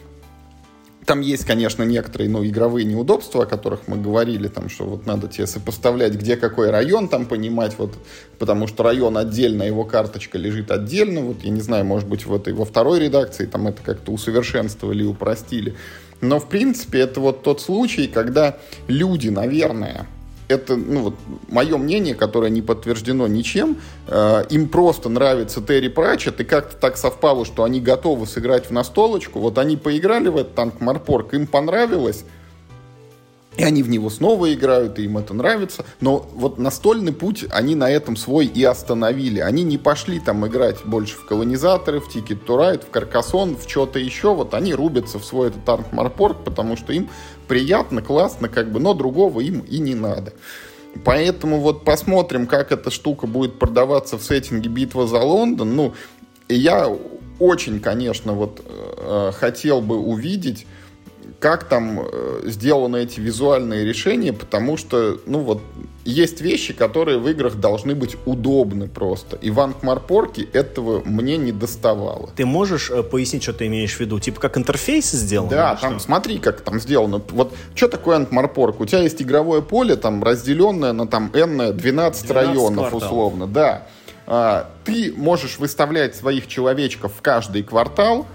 Там есть, конечно, некоторые, ну, игровые неудобства, о которых мы говорили, там, что вот надо тебе сопоставлять, где какой район, там, понимать, вот, потому что район отдельно, его карточка лежит отдельно, вот, я не знаю, может быть, в этой, во второй редакции там это как-то усовершенствовали, упростили. Но, в принципе, это вот тот случай, когда люди, наверное, это, ну, вот, мое мнение, которое не подтверждено ничем, э, им просто нравится Терри Пратчетт, и как-то так совпало, что они готовы сыграть в настолочку. Вот они поиграли в этот Анкмарпорк, им понравилось, и они в него снова играют, и им это нравится. Но вот настольный путь они на этом свой и остановили. Они не пошли там играть больше в колонизаторы, в Ticket to Ride, в Каркассон, в что-то еще. Вот они рубятся в свой этот Анкмарпорк, потому что им приятно, классно, как бы, но другого им и не надо. Поэтому вот посмотрим, как эта штука будет продаваться в сеттинге «Битва за Лондон». Ну, я очень, конечно, вот э, хотел бы увидеть, как там э, сделаны эти визуальные решения, потому что, ну вот, есть вещи, которые в играх должны быть удобны просто. И в Анкмарпорке этого мне не доставало. Ты можешь э, пояснить, что ты имеешь в виду? Типа как интерфейсы сделаны? Да, там что? Смотри, как там сделано. Вот что такое Анкмарпорк? У тебя есть игровое поле, там, разделенное на там N, двенадцать районов, кварталов. Условно. Да. А, ты можешь выставлять своих человечков в каждый квартал,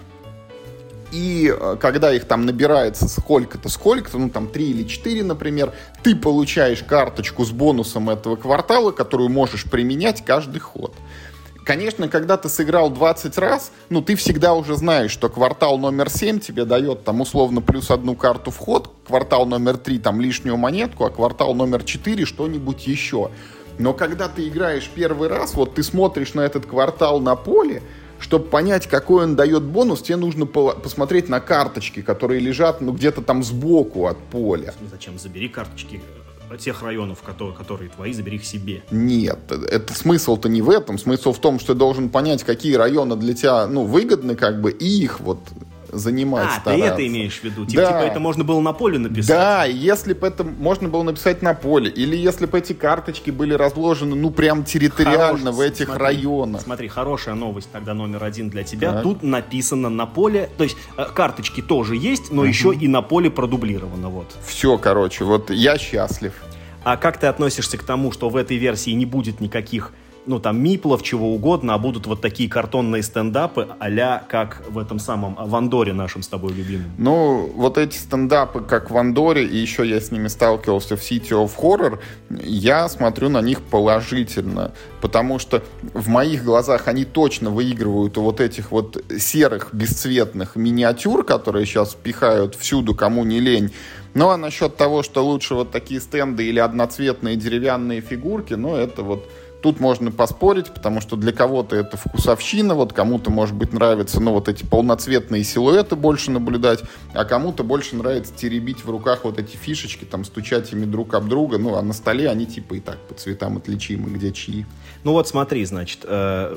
и когда их там набирается сколько-то, сколько-то, ну там три или четыре, например, ты получаешь карточку с бонусом этого квартала, которую можешь применять каждый ход. Конечно, когда ты сыграл двадцать раз, ну ты всегда уже знаешь, что квартал номер семь тебе дает там условно плюс одну карту в ход, квартал номер три там лишнюю монетку, а квартал номер четыре что-нибудь еще. Но когда ты играешь первый раз, вот ты смотришь на этот квартал на поле, чтобы понять, какой он дает бонус, тебе нужно по- посмотреть на карточки, которые лежат, ну, где-то там сбоку от поля. Зачем? Забери карточки тех районов, которые, которые твои, забери их себе. Нет, это смысл-то не в этом. Смысл в том, что ты должен понять, какие районы для тебя, ну, выгодны, как бы, и их вот занимать, а, стараться. ты это имеешь в виду? Типа, да. типа это можно было на поле написать? Да, если бы это можно было написать на поле, или если бы эти карточки были разложены, ну, прям территориально Хорош, в этих смотри, районах. Смотри, хорошая новость тогда номер один для тебя. Так. Тут написано на поле, то есть карточки тоже есть, но угу. еще и на поле продублировано, вот. Все, короче, вот я счастлив. А как ты относишься к тому, что в этой версии не будет никаких, ну, там, миплов, чего угодно, а будут вот такие картонные стендапы а-ля как в этом самом в Андоре нашем с тобой любимом? Ну, вот эти стендапы, как в Андоре, и еще я с ними сталкивался в City of Horror, я смотрю на них положительно, потому что в моих глазах они точно выигрывают у вот этих вот серых, бесцветных миниатюр, которые сейчас пихают всюду, кому не лень. Ну, а насчет того, что лучше вот такие стенды или одноцветные деревянные фигурки, ну, это вот тут можно поспорить, потому что для кого-то это вкусовщина, вот кому-то, может быть, нравится, ну, вот эти полноцветные силуэты больше наблюдать, а кому-то больше нравится теребить в руках вот эти фишечки, там, стучать ими друг об друга, ну, а на столе они типа и так по цветам отличимы, где чьи. Ну, вот смотри, значит, э,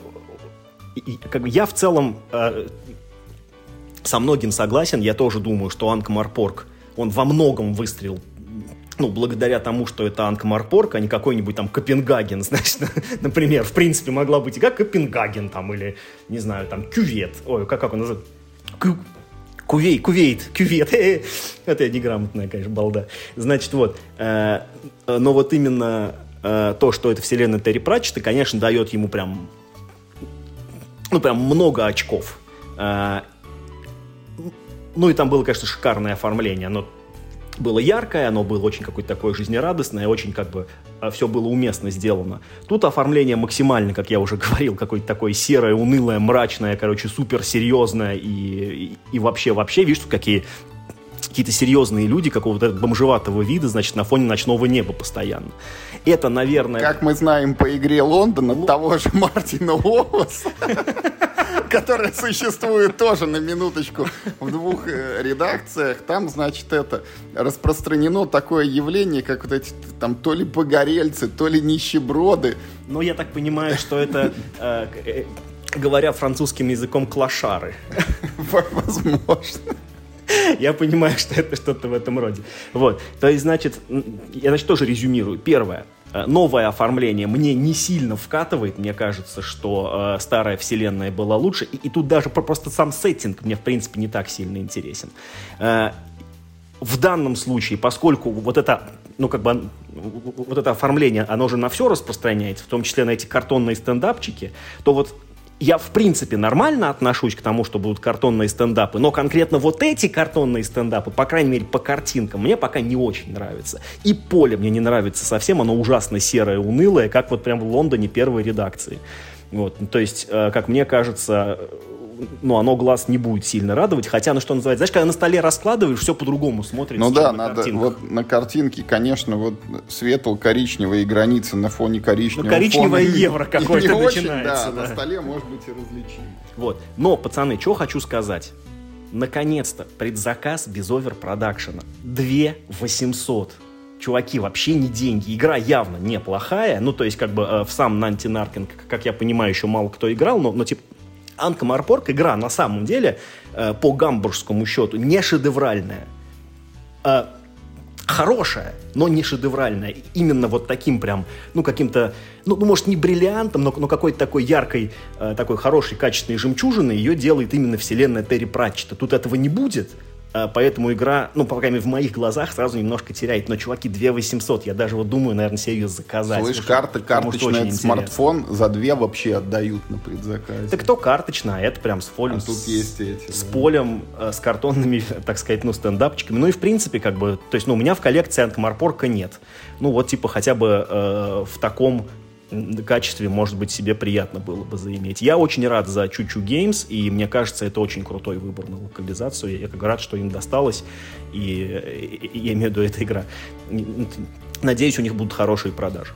как бы я в целом э, со многим согласен, я тоже думаю, что Анкмарпорк, он во многом выстрелил ну, благодаря тому, что это Анкмарпорк, а не какой-нибудь там Копенгаген, значит, например, в принципе, могла быть и как Копенгаген там, или, не знаю, там, Кювет, ой, как, как он называется? Кю... Кувей, Кувейт, Кювет, это я неграмотная, конечно, балда. Значит, вот, э, но вот именно э, то, что это вселенная Терри Пратчетта, конечно, дает ему прям, ну, прям много очков. Э, ну, и там было, конечно, шикарное оформление, оно было яркое, оно было очень какое-то такое жизнерадостное, очень как бы все было уместно сделано. Тут оформление максимально, как я уже говорил, какое-то такое серое, унылое, мрачное, короче, суперсерьезное и, и, и вообще-вообще, видишь, тут какие какие-то серьезные люди какого-то бомжеватого вида, значит, на фоне ночного неба постоянно. Это, наверное... Как мы знаем по игре Лондон от Л... того же Мартина Уоллеса, которая существует тоже, на минуточку, в двух редакциях. Там, значит, это распространено такое явление, как вот эти там то ли погорельцы, то ли нищеброды. Ну, я так понимаю, что это, говоря французским языком, клошары. Возможно. Я понимаю, что это что-то в этом роде. Вот. То есть, значит, я, значит, тоже резюмирую. Первое. Новое оформление мне не сильно вкатывает. Мне кажется, что э, старая вселенная была лучше. И, и тут даже просто сам сеттинг мне, в принципе, не так сильно интересен. Э, в данном случае, поскольку вот это, ну, как бы, вот это оформление, оно же на все распространяется, в том числе на эти картонные стендапчики, то вот я, в принципе, нормально отношусь к тому, что будут картонные стендапы, но конкретно вот эти картонные стендапы, по крайней мере, по картинкам, мне пока не очень нравится. И поле мне не нравится совсем, оно ужасно серое, унылое, как вот прям в Лондоне первой редакции. Вот, то есть, как мне кажется, ну, оно глаз не будет сильно радовать, хотя, ну, что называется, знаешь, когда на столе раскладываешь, все по-другому смотрится. Ну да, на надо, картинках. Вот на картинке, конечно, вот светло-коричневые границы на фоне коричневого ну, коричневое фона, евро какое-то не начинается. Очень, да, да, на столе может быть и различимо. Вот, но, пацаны, что хочу сказать. Наконец-то предзаказ без оверпродакшена. две тысячи восемьсот. Чуваки, вообще не деньги. Игра явно неплохая. Ну, то есть, как бы, э, в сам Нанти Наркин, как я понимаю, еще мало кто играл, но, но типа, Анкмарпорк игра на самом деле э, по гамбургскому счету не шедевральная. Э, хорошая, но не шедевральная. Именно вот таким прям, ну, каким-то, ну, ну может, не бриллиантом, но, но какой-то такой яркой, э, такой хорошей, качественной жемчужиной ее делает именно вселенная Терри Пратчетта. Тут этого не будет. Поэтому игра, ну, по крайней мере, в моих глазах сразу немножко теряет. Но, чуваки, две тысячи восемьсот. Я даже вот думаю, наверное, себе ее заказать. Слышь, карта, карточный смартфон за две вообще отдают на предзаказе. Так то карточно, а это прям с полем. А тут с, есть эти. С да. полем, с картонными, так сказать, ну, стендапчиками. Ну, и, в принципе, как бы, то есть, ну, у меня в коллекции Анкмарпорка нет. Ну, вот, типа, хотя бы э, в таком качестве, может быть, себе приятно было бы заиметь. Я очень рад за Чучу Games, и мне кажется, это очень крутой выбор на локализацию. Я как рад, что им досталось, и, и, и я имею в виду, эта игра. Надеюсь, у них будут хорошие продажи.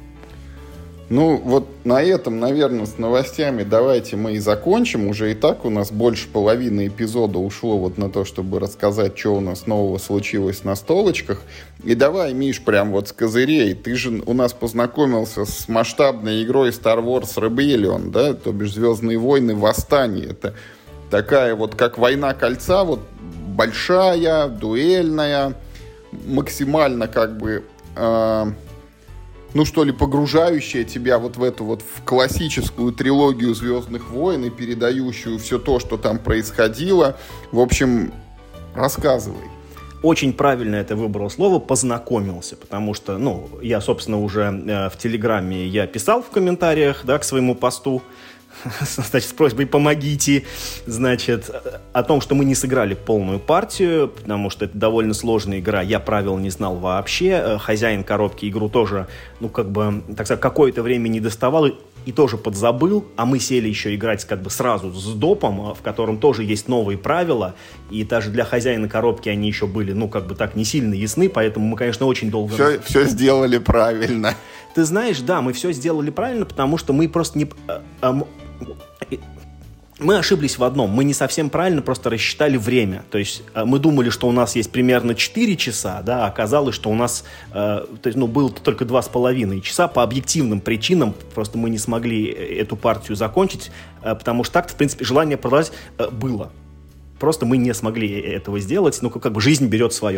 Ну, вот на этом, наверное, с новостями давайте мы и закончим. Уже и так у нас больше половины эпизода ушло вот на то, чтобы рассказать, что у нас нового случилось на столочках. И давай, Миш, прям вот с козырей. Ты же у нас познакомился с масштабной игрой Star Wars Rebellion, да? То бишь «Звездные войны. Восстание». Это такая вот, как «Война кольца», вот большая, дуэльная, максимально как бы... Э- ну что ли, погружающая тебя вот в эту вот в классическую трилогию «Звездных войн» и передающую все то, что там происходило. В общем, рассказывай. Очень правильно это выбрал слово «познакомился», потому что, ну, я, собственно, уже э, в Телеграме я писал в комментариях, да, к своему посту, значит, с просьбой «помогите», значит, о том, что мы не сыграли полную партию, потому что это довольно сложная игра, я правил не знал вообще, хозяин коробки игру тоже, ну, как бы, так сказать, какое-то время не доставал и, и тоже подзабыл, а мы сели еще играть как бы сразу с допом, в котором тоже есть новые правила, и даже для хозяина коробки они еще были, ну, как бы так, не сильно ясны, поэтому мы, конечно, очень долго... Все, все сделали правильно. Ты знаешь, да, мы все сделали правильно, потому что мы просто не... Мы ошиблись в одном. Мы не совсем правильно просто рассчитали время. То есть мы думали, что у нас есть примерно четыре часа, да, а оказалось, что у нас э, то есть, ну, было только два с половиной часа. По объективным причинам просто мы не смогли эту партию закончить, э, потому что так-то, в принципе, желание продолжать э, было. просто мы не смогли этого сделать, ну, как бы жизнь берет свое.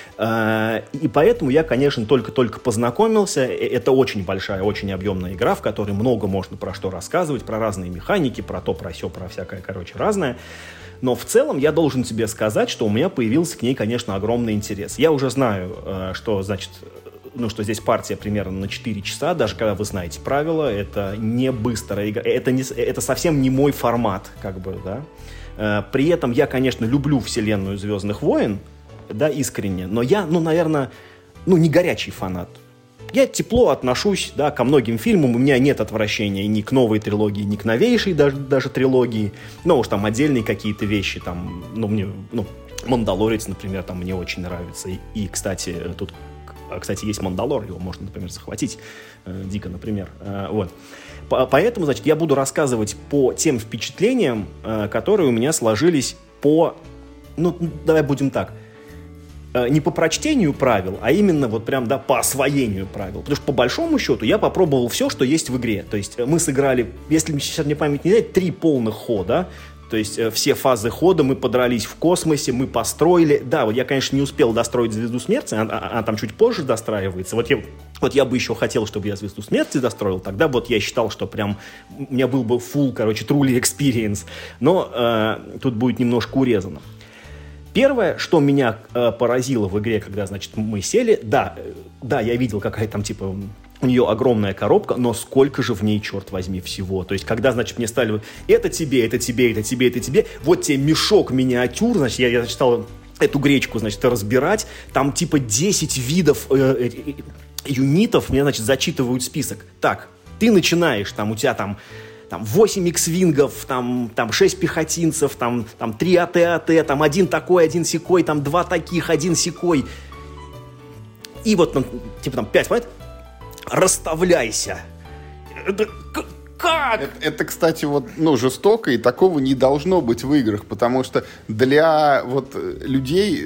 И поэтому я, конечно, только-только познакомился. Это очень большая, очень объемная игра, в которой много можно про что рассказывать, про разные механики, про то, про сё, про всякое, короче, разное. Но в целом я должен тебе сказать, что у меня появился к ней, конечно, огромный интерес. Я уже знаю, что, значит, ну, что здесь партия примерно на четыре часа, даже когда вы знаете правила, это не быстрая игра, это, не, это совсем не мой формат, как бы, да. При этом я, конечно, люблю вселенную «Звездных войн», да, искренне, но я, ну, наверное, ну, не горячий фанат. Я тепло отношусь, да, ко многим фильмам, у меня нет отвращения ни к новой трилогии, ни к новейшей даже, даже трилогии, но уж там отдельные какие-то вещи, там, ну, мне, ну, «Мандалорец», например, там мне очень нравится, и, и кстати, тут, кстати, есть «Мандалор», его можно, например, захватить, э, дико, например, э, вот. Поэтому, значит, я буду рассказывать по тем впечатлениям, э, которые у меня сложились по, ну, давай будем так, не по прочтению правил, а именно вот прям, да, по освоению правил. Потому что по большому счету я попробовал все, что есть в игре. То есть мы сыграли, если сейчас мне память не знает, три полных хода. То есть все фазы хода, мы подрались в космосе, мы построили. Да, вот я, конечно, не успел достроить Звезду Смерти, она, она там чуть позже достраивается. Вот я, вот я бы еще хотел, чтобы я Звезду Смерти достроил. Тогда вот я считал, что прям у меня был бы full, короче, truly experience. Но э, тут будет немножко урезано. Первое, что меня э, поразило в игре, когда, значит, мы сели, да, э, да, я видел, какая там, типа, у нее огромная коробка, но сколько же в ней, черт возьми, всего. То есть, когда, значит, мне стали, это тебе, это тебе, это тебе, это тебе, вот тебе мешок миниатюр, значит, я, я стал эту гречку, значит, разбирать, там, типа, десять видов э, э, юнитов, мне, значит, зачитывают список. Так, ты начинаешь, там, у тебя там... Там восемь икс-вингов, там, там шесть пехотинцев, там, там три АТ-АТ, там один такой, один сякой, там два таких, один сякой. И вот, там, типа, там пять, понимаете? Расставляйся. Это, как? Это, это, кстати, вот, ну, жестоко, и такого не должно быть в играх, потому что для вот людей,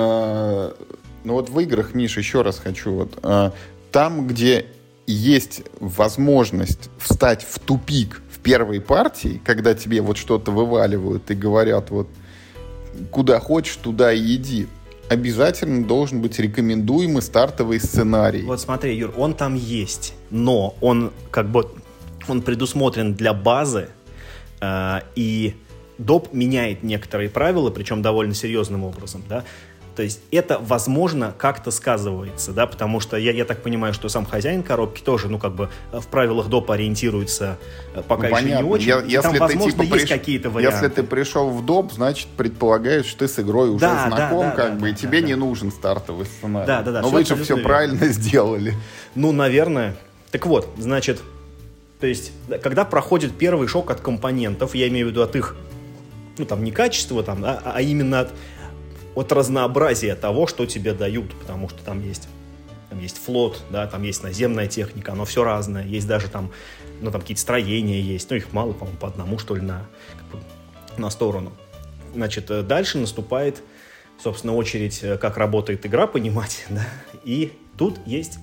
э, ну вот в играх, Миша, еще раз хочу, вот, э, там, где есть возможность встать в тупик первой партии, когда тебе вот что-то вываливают и говорят, вот, куда хочешь, туда и иди, обязательно должен быть рекомендуемый стартовый сценарий. Вот смотри, Юр, он там есть, но он как бы он предусмотрен для базы, э, и доп меняет некоторые правила, причем довольно серьезным образом, да. То есть это, возможно, как-то сказывается, да, потому что я, я так понимаю, что сам хозяин коробки тоже, ну, как бы в правилах доп ориентируется пока ну, еще понятно. Не очень. Я, если там, ты, возможно, типа, есть приш... какие-то варианты. Если ты пришел в доп, значит, предполагает, что ты с игрой уже да, знаком, да, да, как да, бы, да, и тебе да, не да. нужен стартовый сценарий. Да, да, да. Но вы же все верно. Правильно сделали. Ну, наверное. Так вот, значит, то есть, когда проходит первый шок от компонентов, я имею в виду от их, ну, там, не качества, там, а, а именно от от разнообразия того, что тебе дают, потому что там есть, там есть флот, да, там есть наземная техника, оно все разное, есть даже там, ну, там какие-то строения есть, ну, их мало, по-моему, по одному, что ли, на, как бы, на сторону. Значит, дальше наступает, собственно, очередь, как работает игра, понимать, да, и тут есть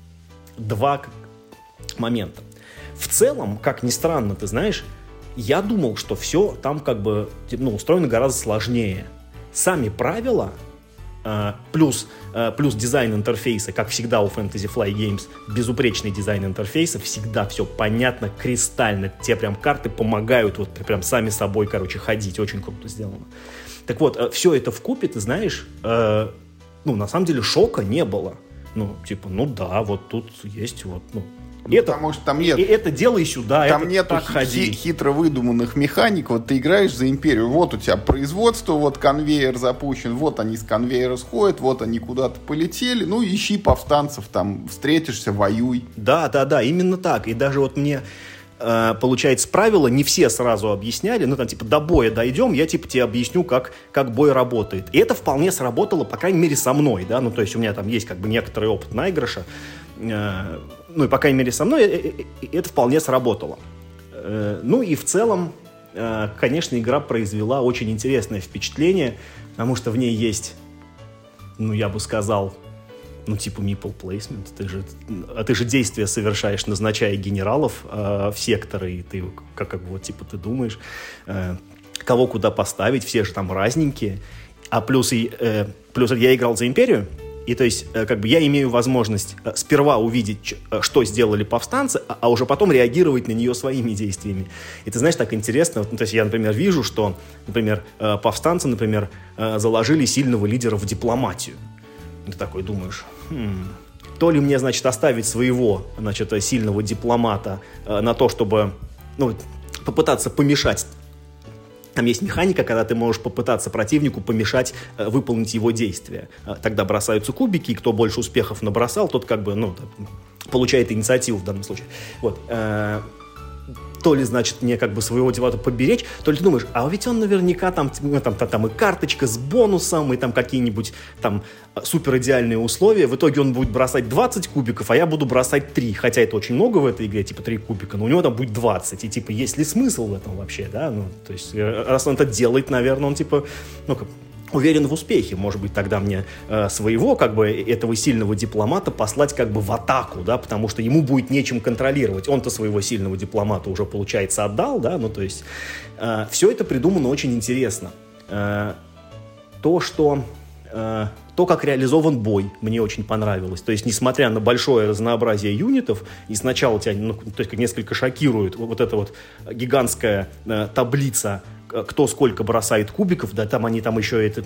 два момента. В целом, как ни странно, ты знаешь, я думал, что все там как бы, ну, устроено гораздо сложнее. Сами правила, э, плюс, э, плюс дизайн интерфейса, как всегда у Fantasy Flight Games, безупречный дизайн интерфейса, всегда все понятно, кристально. Те прям карты помогают вот прям сами собой, короче, ходить. Очень круто сделано. Так вот, э, все это вкупе, ты знаешь, э, ну, на самом деле шока не было. Ну, типа, ну да, вот тут есть вот, ну, Ну, это, потому что там нет, и это делай сюда, там это нету так ходи. Хитро выдуманных механик. Вот ты играешь за империю, вот у тебя производство, вот конвейер запущен, вот они с конвейера сходят, вот они куда-то полетели, ну ищи повстанцев, там встретишься, воюй. Да, да, да, именно так. И даже вот мне э, получается, правила не все сразу объясняли, ну там типа до боя дойдем, я типа тебе объясню, как, как бой работает. И это вполне сработало, по крайней мере, со мной, да, ну то есть у меня там есть как бы некоторый опыт наигрыша. Ну и по крайней мере со мной это вполне сработало. Ну и в целом, конечно, игра произвела очень интересное впечатление, потому что в ней есть, ну я бы сказал, ну типа meeple placement. Ты же, а ты же действия совершаешь, назначая генералов в секторы, и ты как, как вот типа ты думаешь. кого куда поставить, все же там разненькие. А плюс, и, э, плюс я играл за империю, и то есть э, как бы я имею возможность э, сперва увидеть, э, что сделали повстанцы, а, а уже потом реагировать на нее своими действиями. И ты знаешь, так интересно, вот, ну, то есть я, например, вижу, что, например, э, повстанцы, например, э, заложили сильного лидера в дипломатию. И ты такой думаешь, хм, то ли мне, значит, оставить своего, значит, сильного дипломата э, на то, чтобы, ну, попытаться помешать. Там есть механика, когда ты можешь попытаться противнику помешать э, выполнить его действия. Э, тогда бросаются кубики, и кто больше успехов набросал, тот как бы, ну, получает инициативу в данном случае. Вот. Э, то ли, значит, мне как бы своего дипломата поберечь, то ли ты думаешь, а ведь он наверняка там, там, там, там и карточка с бонусом, и там какие-нибудь там супер идеальные условия. В итоге он будет бросать двадцать кубиков, а я буду бросать три. Хотя это очень много в этой игре, типа три кубика, но у него там будет двадцать. И типа, есть ли смысл в этом вообще, да? Ну, то есть, раз он это делает, наверное, он типа, ну, как уверен в успехе. Может быть, тогда мне э, своего, как бы, этого сильного дипломата послать как бы в атаку, да, потому что ему будет нечем контролировать. Он-то своего сильного дипломата уже, получается, отдал, да, ну, то есть э, все это придумано очень интересно. Э, то, что... Э, то, как реализован бой, мне очень понравилось. То есть, несмотря на большое разнообразие юнитов, и сначала тебя, ну, то есть, несколько шокирует вот эта вот гигантская э, таблица, кто сколько бросает кубиков, да, там они там еще это...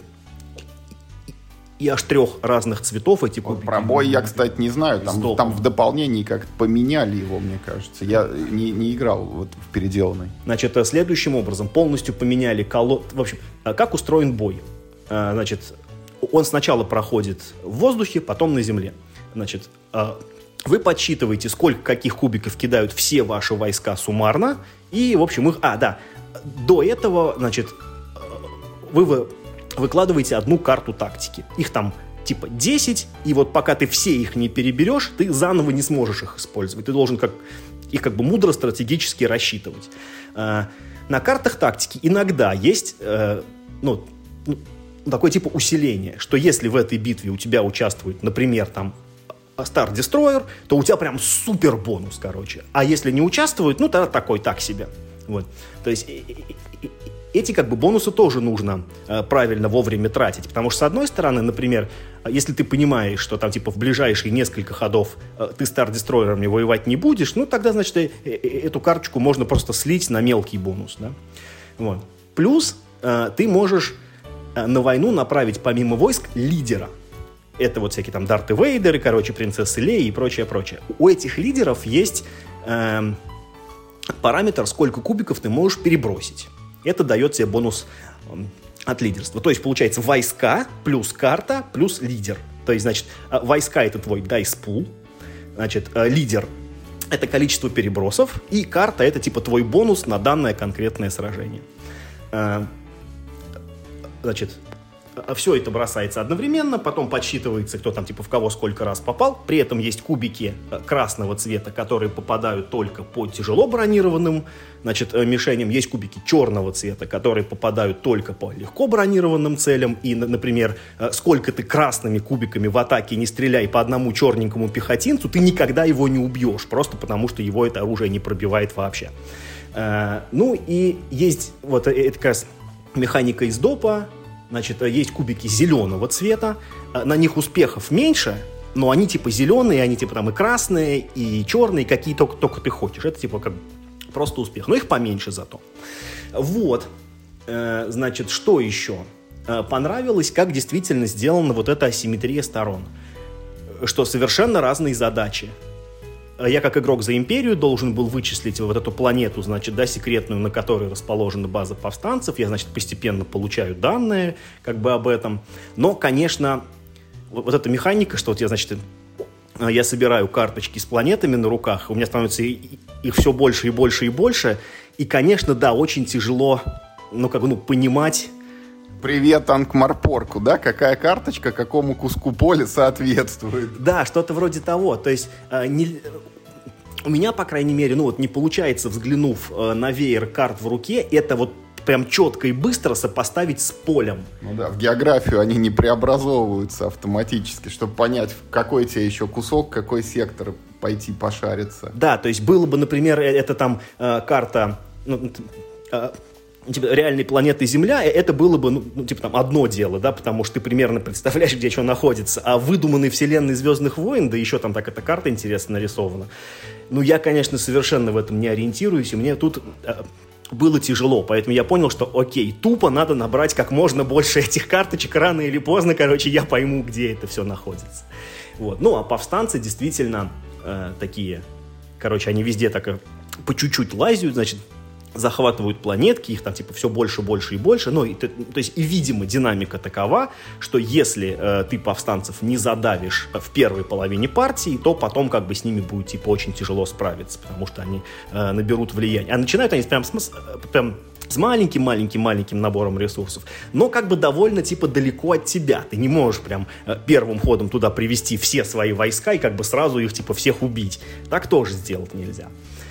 И аж трех разных цветов эти кубики. Вот про бой я, кстати, не знаю. Там, там в дополнении как-то поменяли его, мне кажется. Я не, не играл вот в переделанный. Значит, следующим образом полностью поменяли колод... В общем, как устроен бой? Значит, он сначала проходит в воздухе, потом на земле. Значит, вы подсчитываете, сколько каких кубиков кидают все ваши войска суммарно. И, в общем, их... А, да. До этого, значит, вы, вы выкладываете одну карту тактики. Их там типа десять, и вот пока ты все их не переберешь, ты заново не сможешь их использовать. Ты должен как, их как бы мудро стратегически рассчитывать. Э, на картах тактики иногда есть э, ну, такое типа усиление, что если в этой битве у тебя участвует, например, там Star Destroyer, то у тебя прям супер бонус, короче. А если не участвует, ну тогда такой так себе. Вот. То есть эти как бы бонусы тоже нужно э, правильно вовремя тратить, потому что с одной стороны, например, если ты понимаешь, что там типа в ближайшие несколько ходов э, ты Star Destroyer не воевать не будешь, ну тогда, значит, э, э, эту карточку можно просто слить на мелкий бонус, да? Вот. Плюс э, ты можешь э, на войну направить помимо войск лидера. Это вот всякие там Дарты Вейдеры, короче, принцессы Леи и прочее, прочее. У этих лидеров есть э, параметр, сколько кубиков ты можешь перебросить. Это дает тебе бонус э, от лидерства. То есть, получается, войска плюс карта плюс лидер. То есть, значит, э, войска — это твой dice pool, значит, э, лидер — это количество перебросов, и карта — это типа твой бонус на данное конкретное сражение. Э, значит... Все это бросается одновременно, потом подсчитывается, кто там типа в кого сколько раз попал. При этом есть кубики красного цвета, которые попадают только по тяжело бронированным, значит, мишеням. Есть кубики черного цвета, которые попадают только по легко бронированным целям. И, например, сколько ты красными кубиками в атаке не стреляй по одному черненькому пехотинцу, ты никогда его не убьешь, просто потому что его это оружие не пробивает вообще. Ну и есть вот это как раз механика из допа. Значит, есть кубики зеленого цвета, на них успехов меньше, но они типа зеленые, они типа там и красные, и черные, какие только, только ты хочешь. Это типа как просто успех, но их поменьше зато. Вот, значит, что еще? Понравилось, как действительно сделана вот эта асимметрия сторон, что совершенно разные задачи. Я, как игрок за империю, должен был вычислить вот эту планету, значит, да, секретную, на которой расположена база повстанцев. Я, значит, постепенно получаю данные, как бы, об этом. Но, конечно, вот, вот эта механика, что вот я, значит, я собираю карточки с планетами на руках, у меня становится их все больше и больше и больше. И, конечно, да, очень тяжело, ну, как бы, ну, понимать... Привет, Анкмарпорку, да? Какая карточка какому куску поля соответствует? Да, что-то вроде того. То есть э, не, у меня, по крайней мере, ну вот не получается, взглянув э, на веер карт в руке, это вот прям четко и быстро сопоставить с полем. Ну да, в географию они не преобразовываются автоматически, чтобы понять, в какой тебе еще кусок, какой сектор пойти пошариться. Да, то есть было бы, например, это там э, карта... Ну, э, типа, реальной планеты Земля, это было бы, ну, ну, типа, там, одно дело, да, потому что ты примерно представляешь, где что находится. А выдуманной вселенной «Звездных войн», да еще там так эта карта интересно нарисована, ну, я, конечно, совершенно в этом не ориентируюсь, и мне тут э, было тяжело, поэтому я понял, что, окей, тупо надо набрать как можно больше этих карточек, рано или поздно, короче, я пойму, где это все находится. Вот. Ну, а повстанцы действительно э, такие, короче, они везде так э, по чуть-чуть лазят, значит, захватывают планетки, их там типа все больше, больше и больше. Ну, и, то, то есть, и, видимо, динамика такова, что если э, ты повстанцев не задавишь в первой половине партии, то потом как бы с ними будет типа очень тяжело справиться, потому что они э, наберут влияние. А начинают они прям с, прям с маленьким-маленьким-маленьким набором ресурсов, но как бы довольно типа далеко от тебя. Ты не можешь прям э, первым ходом туда привести все свои войска и как бы сразу их типа всех убить. Так тоже сделать нельзя.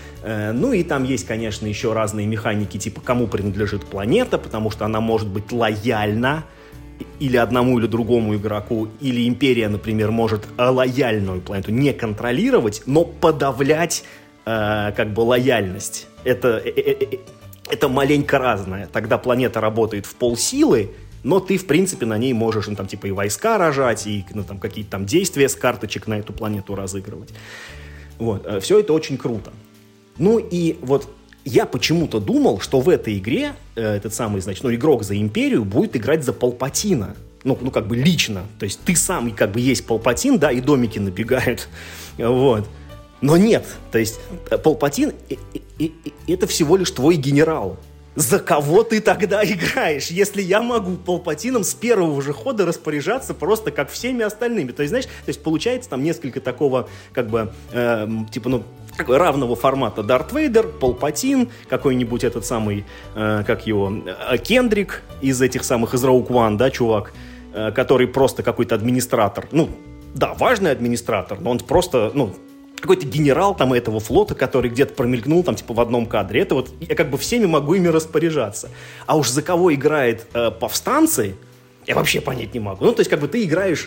Ну и там есть, конечно, еще разные механики, типа кому принадлежит планета, потому что она может быть лояльна или одному, или другому игроку, или империя, например, может лояльную планету не контролировать, но подавлять э, как бы лояльность. Это, э, э, это маленько разное. Тогда планета работает в полсилы, но ты, в принципе, на ней можешь, ну, там, типа, и войска рожать, и ну, там, какие-то там действия с карточек на эту планету разыгрывать. Вот. Все это очень круто. Ну и вот я почему-то думал, что в этой игре э, этот самый, значит, ну, игрок за Империю будет играть за Палпатина. Ну, ну, как бы лично. То есть ты сам как бы есть Палпатин, да, и домики набегают. Вот. Но нет. То есть Палпатин и, и, и, это всего лишь твой генерал. За кого ты тогда играешь, если я могу Палпатином с первого же хода распоряжаться просто как всеми остальными? То есть, знаешь, то есть получается там несколько такого, как бы, э, типа, ну, равного формата Дарт Вейдер, Палпатин, какой-нибудь этот самый, э, как его, э, Кендрик из этих самых, из Rogue One, да, чувак, э, который просто какой-то администратор. Ну, да, важный администратор, но он просто, ну, какой-то генерал там этого флота, который где-то промелькнул там типа в одном кадре. Это вот я как бы всеми могу ими распоряжаться. А уж за кого играет э, повстанцы, я вообще понять не могу. Ну, то есть как бы ты играешь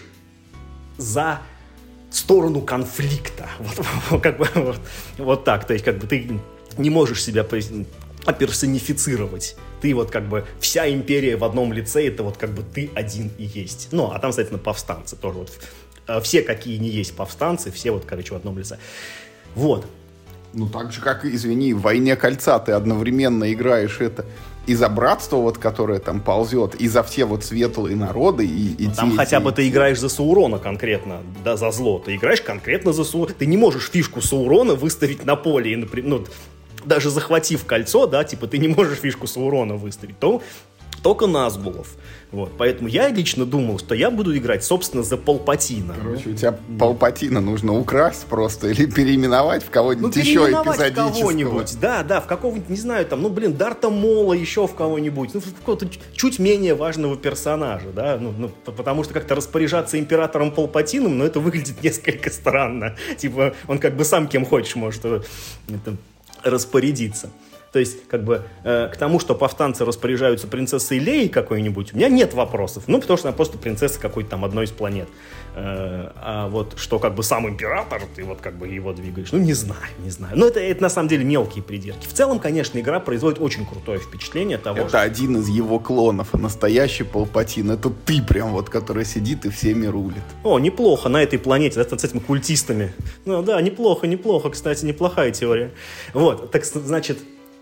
за сторону конфликта. Вот, как бы, вот, вот так. То есть как бы ты не можешь себя персонифицировать. Ты вот как бы вся империя в одном лице, это вот как бы ты один и есть. Ну, а там, соответственно, повстанцы тоже вот. Все, какие не есть повстанцы, все вот, короче, в одном лице. Вот. Ну, так же, как, извини, в «Войне кольца» ты одновременно играешь это и за братство, вот, которое там ползет, и за все вот светлые народы. И, и там те, хотя бы те... ты играешь за Саурона конкретно, да, за зло. Ты играешь конкретно за Саурона. Ты не можешь фишку Саурона выставить на поле, и, например, ну, даже захватив кольцо, да, типа, ты не можешь фишку Саурона выставить. То только Назгулов. Вот. Поэтому я лично думал, что я буду играть, собственно, за Палпатина. Короче, у тебя Палпатина нужно украсть просто или переименовать в кого-нибудь ну, еще эпизодического. В кого-нибудь, да, да, в какого-нибудь, не знаю, там, ну, блин, Дарта Мола еще в кого-нибудь, ну, в какого-то чуть менее важного персонажа, да, ну, ну, потому что как-то распоряжаться императором Палпатином, ну, это выглядит несколько странно. Типа, он как бы сам кем хочешь может это, распорядиться. То есть, как бы, э, к тому, что повстанцы распоряжаются принцессой Леей какой-нибудь, у меня нет вопросов. Ну, потому что она просто принцесса какой-то там одной из планет. Э, а вот что, как бы, сам император, ты вот, как бы, его двигаешь. Ну, не знаю, не знаю. Но это, это на самом деле, мелкие придирки. В целом, конечно, игра производит очень крутое впечатление того, это что... один из его клонов, а настоящий Палпатин. Это ты прям вот, который сидит и всеми рулит. О, неплохо, на этой планете, да, с этими культистами. Ну, да, неплохо, неплохо, кстати, неплохая теория. Вот, так, значит...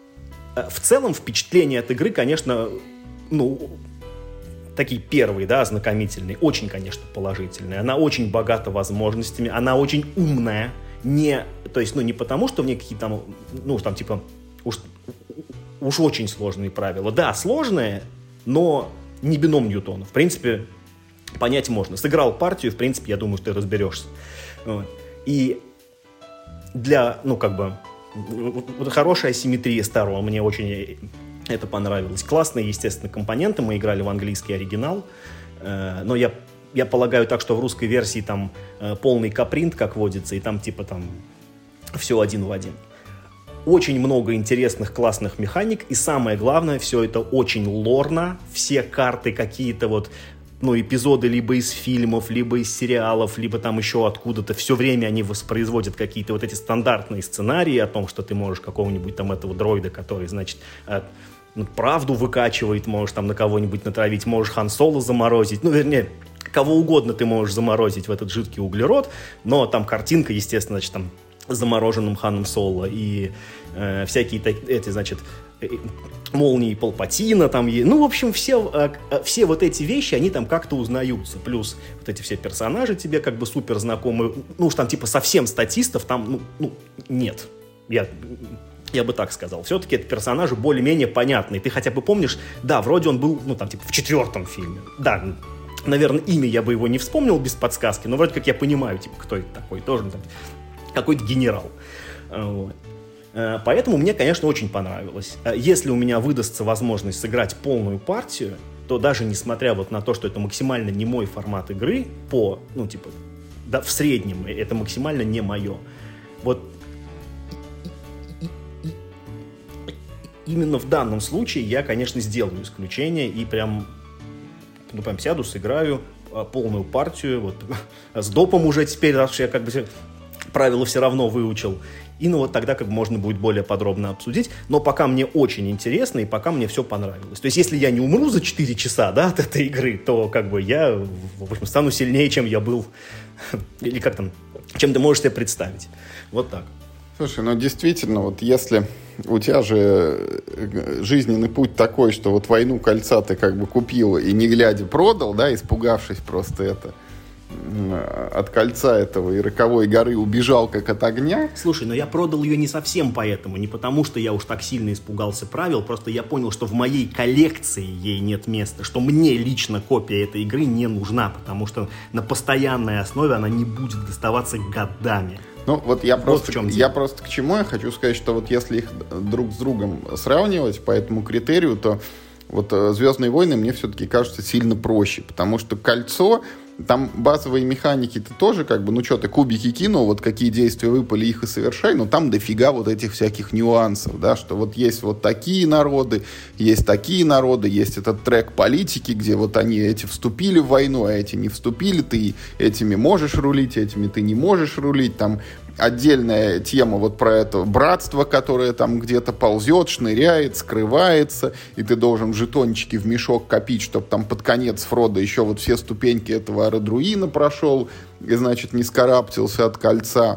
В целом впечатление от игры, конечно, ну, такие первые, да, ознакомительные, очень, конечно, положительные. Она очень богата возможностями, она очень умная, не, то есть, ну, не потому, что в ней какие-то там, ну, там, типа, уж, уж очень сложные правила. Да, сложные, но не бином Ньютона. В принципе, понять можно. Сыграл партию, в принципе, я думаю, что ты разберешься. Вот. И для, ну, как бы, хорошая асимметрия старого, мне очень это понравилось. Классные, естественно, компоненты, мы играли в английский оригинал, но я, я полагаю так, что в русской версии там полный капринт, как водится, и там типа там все один в один. Очень много интересных, классных механик, и самое главное, все это очень лорно, все карты какие-то вот, ну, эпизоды либо из фильмов, либо из сериалов, либо там еще откуда-то. Все время они воспроизводят какие-то вот эти стандартные сценарии о том, что ты можешь какого-нибудь там этого дроида, который, значит, ну, правду выкачивает, можешь там на кого-нибудь натравить, можешь Хан Соло заморозить, ну, вернее, кого угодно ты можешь заморозить в этот жидкий углерод, но там картинка, естественно, значит, там с замороженным Ханом Соло и э, всякие эти, значит, э, молнии Палпатина там, ну, в общем, все, э, все вот эти вещи, они там как-то узнаются, плюс вот эти все персонажи тебе как бы супер знакомые, ну, уж там типа совсем статистов там, ну, ну нет, я... Я бы так сказал. Все-таки это персонажи более-менее понятные. Ты хотя бы помнишь, да, вроде он был, ну, там, типа, в четвертом фильме. Да, наверное, имя я бы его не вспомнил без подсказки, но вроде как я понимаю, типа, кто это такой. Тоже там, какой-то генерал. Вот. Поэтому мне, конечно, очень понравилось. Если у меня выдастся возможность сыграть полную партию, то даже несмотря вот на то, что это максимально не мой формат игры, по, ну, типа, да, в среднем это максимально не мое. Вот именно в данном случае я, конечно, сделаю исключение и прям, ну, прям сяду, сыграю а, полную партию, вот, с допом уже теперь, раз уж я как бы правила все равно выучил, и ну вот тогда как бы можно будет более подробно обсудить, но пока мне очень интересно и пока мне все понравилось. То есть если я не умру за четыре часа, да, от этой игры, то как бы я, в общем, стану сильнее, чем я был, или как там, чем ты можешь себе представить. Вот так. Слушай, ну действительно, вот если у тебя же жизненный путь такой, что вот «Войну кольца» ты как бы купил и не глядя продал, да, испугавшись просто это, от кольца этого и роковой горы убежал как от огня. Слушай, но я продал ее не совсем поэтому, не потому что я уж так сильно испугался правил, просто я понял, что в моей коллекции ей нет места, что мне лично копия этой игры не нужна, потому что на постоянной основе она не будет доставаться годами. Ну, вот я, вот просто, я просто к чему я хочу сказать, что вот если их друг с другом сравнивать по этому критерию, то вот «Звездные войны» мне все-таки кажутся сильно проще, потому что «Кольцо», там базовые механики-то тоже как бы, ну что, ты кубики кинул, вот какие действия выпали, их и совершай, но там дофига вот этих всяких нюансов, да, что вот есть вот такие народы, есть такие народы, есть этот трек политики, где вот они эти вступили в войну, а эти не вступили, ты этими можешь рулить, этими ты не можешь рулить, там отдельная тема вот про это братство, которое там где-то ползет, шныряет, скрывается, и ты должен жетончики в мешок копить, чтобы там под конец Фродо еще вот все ступеньки этого Арадруина прошел, и, значит, не скараптился от кольца.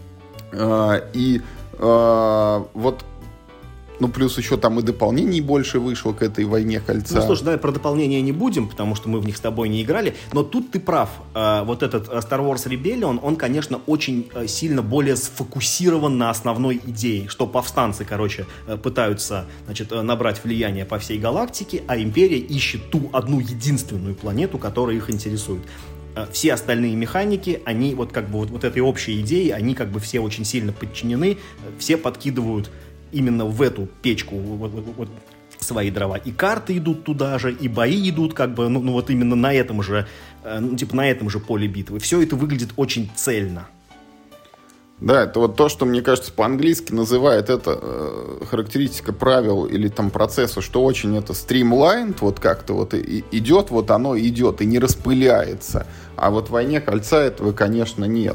И вот, ну, плюс еще там и дополнений больше вышло к этой «Войне кольца». Ну, слушай, давай про дополнения не будем, потому что мы в них с тобой не играли, но тут ты прав. Вот этот Star Wars Rebellion, он, конечно, очень сильно более сфокусирован на основной идее, что повстанцы, короче, пытаются, значит, набрать влияние по всей галактике, а Империя ищет ту одну единственную планету, которая их интересует. Все остальные механики, они вот как бы вот, вот этой общей идеи, они как бы все очень сильно подчинены, все подкидывают именно в эту печку вот, вот, вот, свои дрова. И карты идут туда же, и бои идут как бы, ну, ну вот именно на этом же, э, ну, типа на этом же поле битвы. Все это выглядит очень цельно. Да, это вот то, что, мне кажется, по-английски называют это э, характеристика правил или там процесса, что очень это streamlined, вот как-то вот и, идет, вот оно идет и не распыляется. А вот в «Войне кольца» этого, конечно, нет.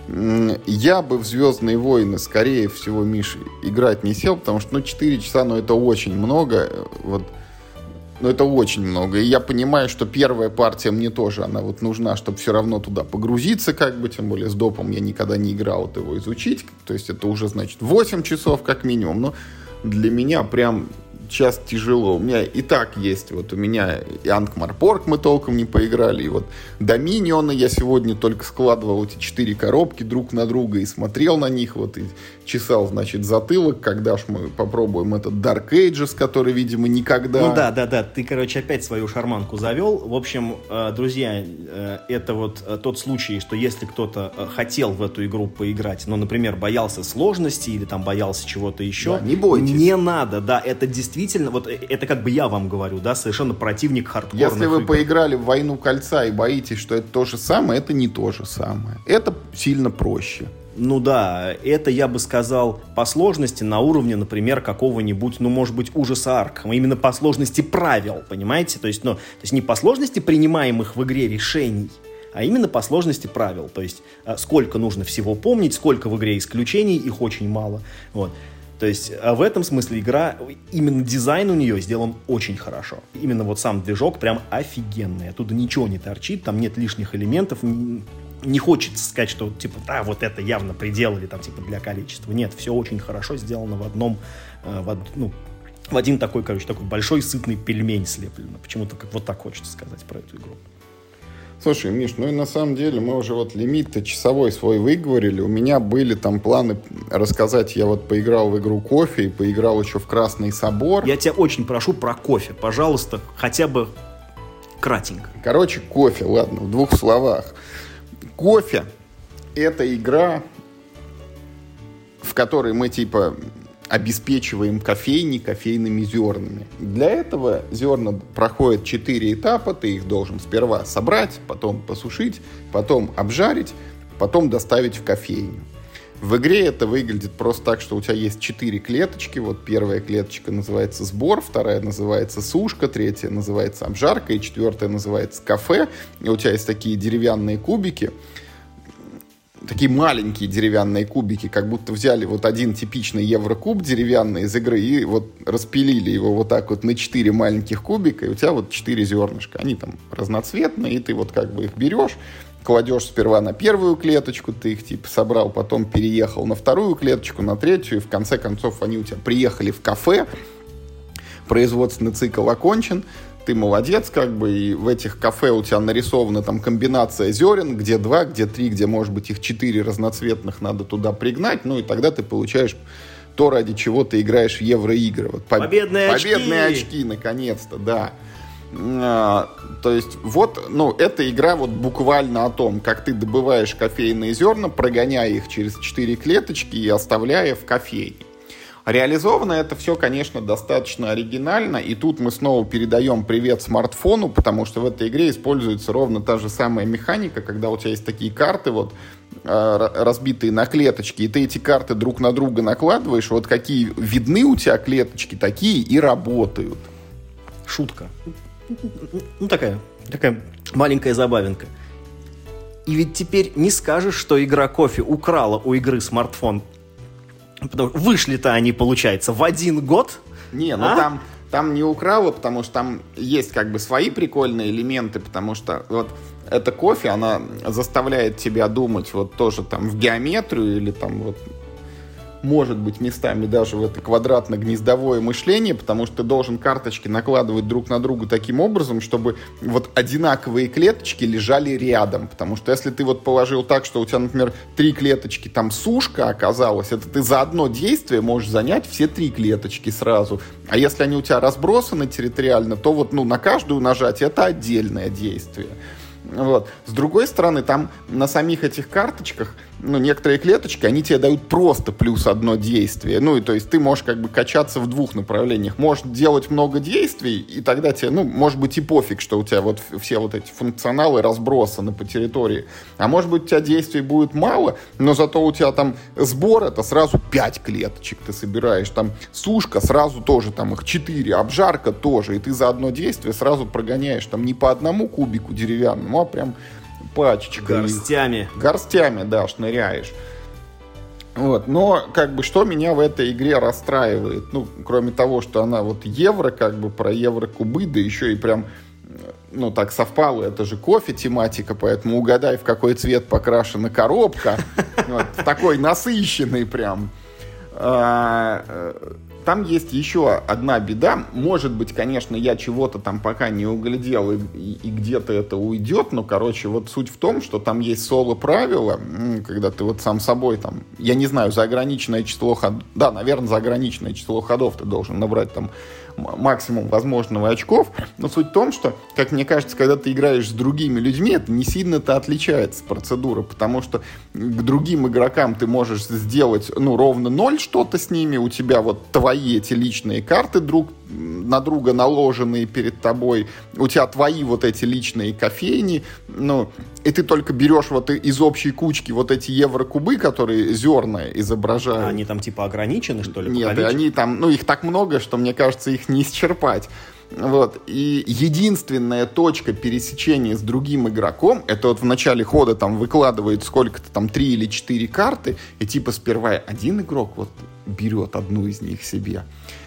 Я бы в «Звездные войны», скорее всего, Миш, играть не сел, потому что, ну, четыре часа, ну, это очень много, вот, ну, это очень много, и я понимаю, что первая партия мне тоже, она вот нужна, чтобы все равно туда погрузиться, как бы, тем более с допом я никогда не играл, вот его изучить, то есть это уже, значит, восемь часов как минимум, но для меня прям час тяжело. У меня и так есть, вот у меня и Анкмар-Порк мы толком не поиграли, и вот Доминиона я сегодня только складывал эти четыре коробки друг на друга и смотрел на них, вот, и чесал, значит, затылок, когда ж мы попробуем этот Dark Ages, который, видимо, никогда... Ну да, да, да, ты, короче, опять свою шарманку завел. В общем, друзья, это вот тот случай, что если кто-то хотел в эту игру поиграть, но, например, боялся сложности или там боялся чего-то еще, да, не бойтесь. Не надо, да, это действительно, вот это как бы я вам говорю, да, совершенно противник хардкорных Если вы игр. поиграли в «Войну кольца» и боитесь, что это то же самое, это не то же самое. Это сильно проще. Ну да, это, я бы сказал, по сложности на уровне, например, какого-нибудь, ну, может быть, ужаса Аркхема. Именно по сложности правил, понимаете? То есть, ну, то есть не по сложности принимаемых в игре решений, а именно по сложности правил. То есть сколько нужно всего помнить, сколько в игре исключений, их очень мало. Вот. То есть в этом смысле игра, именно дизайн у нее сделан очень хорошо. Именно вот сам движок прям офигенный. Оттуда ничего не торчит, там нет лишних элементов. Не хочется сказать, что типа, да, вот это явно предел или там типа для количества. Нет, все очень хорошо сделано в одном, в, од... ну, в один такой, короче, такой большой сытный пельмень слеплено. Почему-то как вот так хочется сказать про эту игру. Слушай, Миш, ну и на самом деле мы уже вот лимит-то часовой свой выговорили. У меня были там планы рассказать, я вот поиграл в игру кофе и поиграл еще в Красный собор. Я тебя очень прошу про кофе, пожалуйста, хотя бы кратенько. Короче, кофе, ладно, в двух словах. Кофе — это игра, в которой мы типа обеспечиваем кофейни кофейными зернами. Для этого зерна проходят четыре этапа. Ты их должен сперва собрать, потом посушить, потом обжарить, потом доставить в кофейню. В игре это выглядит просто так, что у тебя есть четыре клеточки. Вот первая клеточка называется сбор, вторая называется сушка, третья называется обжарка и четвертая называется кафе. И у тебя есть такие деревянные кубики, такие маленькие деревянные кубики, как будто взяли вот один типичный еврокуб деревянный из игры и вот распилили его вот так вот на четыре маленьких кубика, и у тебя вот четыре зернышка. Они там разноцветные, и ты вот как бы их берешь, кладешь сперва на первую клеточку, ты их типа собрал, потом переехал на вторую клеточку, на третью, и в конце концов они у тебя приехали в кафе, производственный цикл окончен, ты молодец, как бы, и в этих кафе у тебя нарисована там комбинация зерен, где два, где три, где, может быть, их четыре разноцветных надо туда пригнать, ну, и тогда ты получаешь то, ради чего ты играешь в евроигры. Вот, по... Победные очки! Победные очки, наконец-то, да. А, то есть, вот, ну, эта игра вот буквально о том, как ты добываешь кофейные зерна, прогоняя их через четыре клеточки и оставляя в кофейне. Реализовано это все, конечно, достаточно оригинально, и тут мы снова передаем привет смартфону, потому что в этой игре используется ровно та же самая механика, когда у тебя есть такие карты, вот, разбитые на клеточки, и ты эти карты друг на друга накладываешь, вот какие видны у тебя клеточки, такие и работают. Шутка. Ну, такая, такая маленькая забавинка. И ведь теперь не скажешь, что игра кофе украла у игры смартфон. Вышли-то они, получается, в один год. Не, ну а? там, там не украло, потому что там есть как бы свои прикольные элементы, потому что вот эта кофе, она заставляет тебя думать вот тоже там в геометрию или там вот, может быть, местами даже в это квадратно-гнездовое мышление, потому что ты должен карточки накладывать друг на друга таким образом, чтобы вот одинаковые клеточки лежали рядом. Потому что если ты вот положил так, что у тебя, например, три клеточки, там сушка оказалась, это ты за одно действие можешь занять все три клеточки сразу. А если они у тебя разбросаны территориально, то вот ну, на каждую нажать это отдельное действие. Вот. С другой стороны, там на самих этих карточках, ну, некоторые клеточки, они тебе дают просто плюс одно действие. Ну, и то есть ты можешь как бы качаться в двух направлениях. Можешь делать много действий, и тогда тебе, ну, может быть и пофиг, что у тебя вот все вот эти функционалы разбросаны по территории. А может быть у тебя действий будет мало, но зато у тебя там сбор, это сразу пять клеточек ты собираешь. Там сушка, сразу тоже там их четыре, обжарка тоже. И ты за одно действие сразу прогоняешь там не по одному кубику деревянному, а прям пачечкой. Горстями. Горстями, да, шныряешь. Вот. Но, как бы, что меня в этой игре расстраивает? Ну, кроме того, что она вот евро, как бы, про евро-кубы, да еще и прям, ну, так совпало, это же кофе тематика, поэтому угадай, в какой цвет покрашена коробка. Такой насыщенный прям. Там есть еще одна беда. Может быть, конечно, я чего-то там пока не углядел, и, и, и где-то это уйдет, но, короче, вот суть в том, что там есть соло-правило, когда ты вот сам собой там, я не знаю, за ограниченное число ходов, да, наверное, за ограниченное число ходов ты должен набрать там максимум возможного очков, но суть в том, что, как мне кажется, когда ты играешь с другими людьми, это не сильно-то отличается процедура, потому что к другим игрокам ты можешь сделать, ну, ровно ноль что-то с ними, у тебя вот твои эти личные карты друг на друга наложенные перед тобой, у тебя твои вот эти личные кофейни, ну, и ты только берешь вот из общей кучки вот эти еврокубы, которые зерна изображают. А они там типа ограничены, что ли? Нет, они там, ну, их так много, что, мне кажется, их не исчерпать. Вот. И единственная точка пересечения с другим игроком, это вот в начале хода там выкладывает сколько-то там три или четыре карты, и типа сперва один игрок вот берет одну из них себе,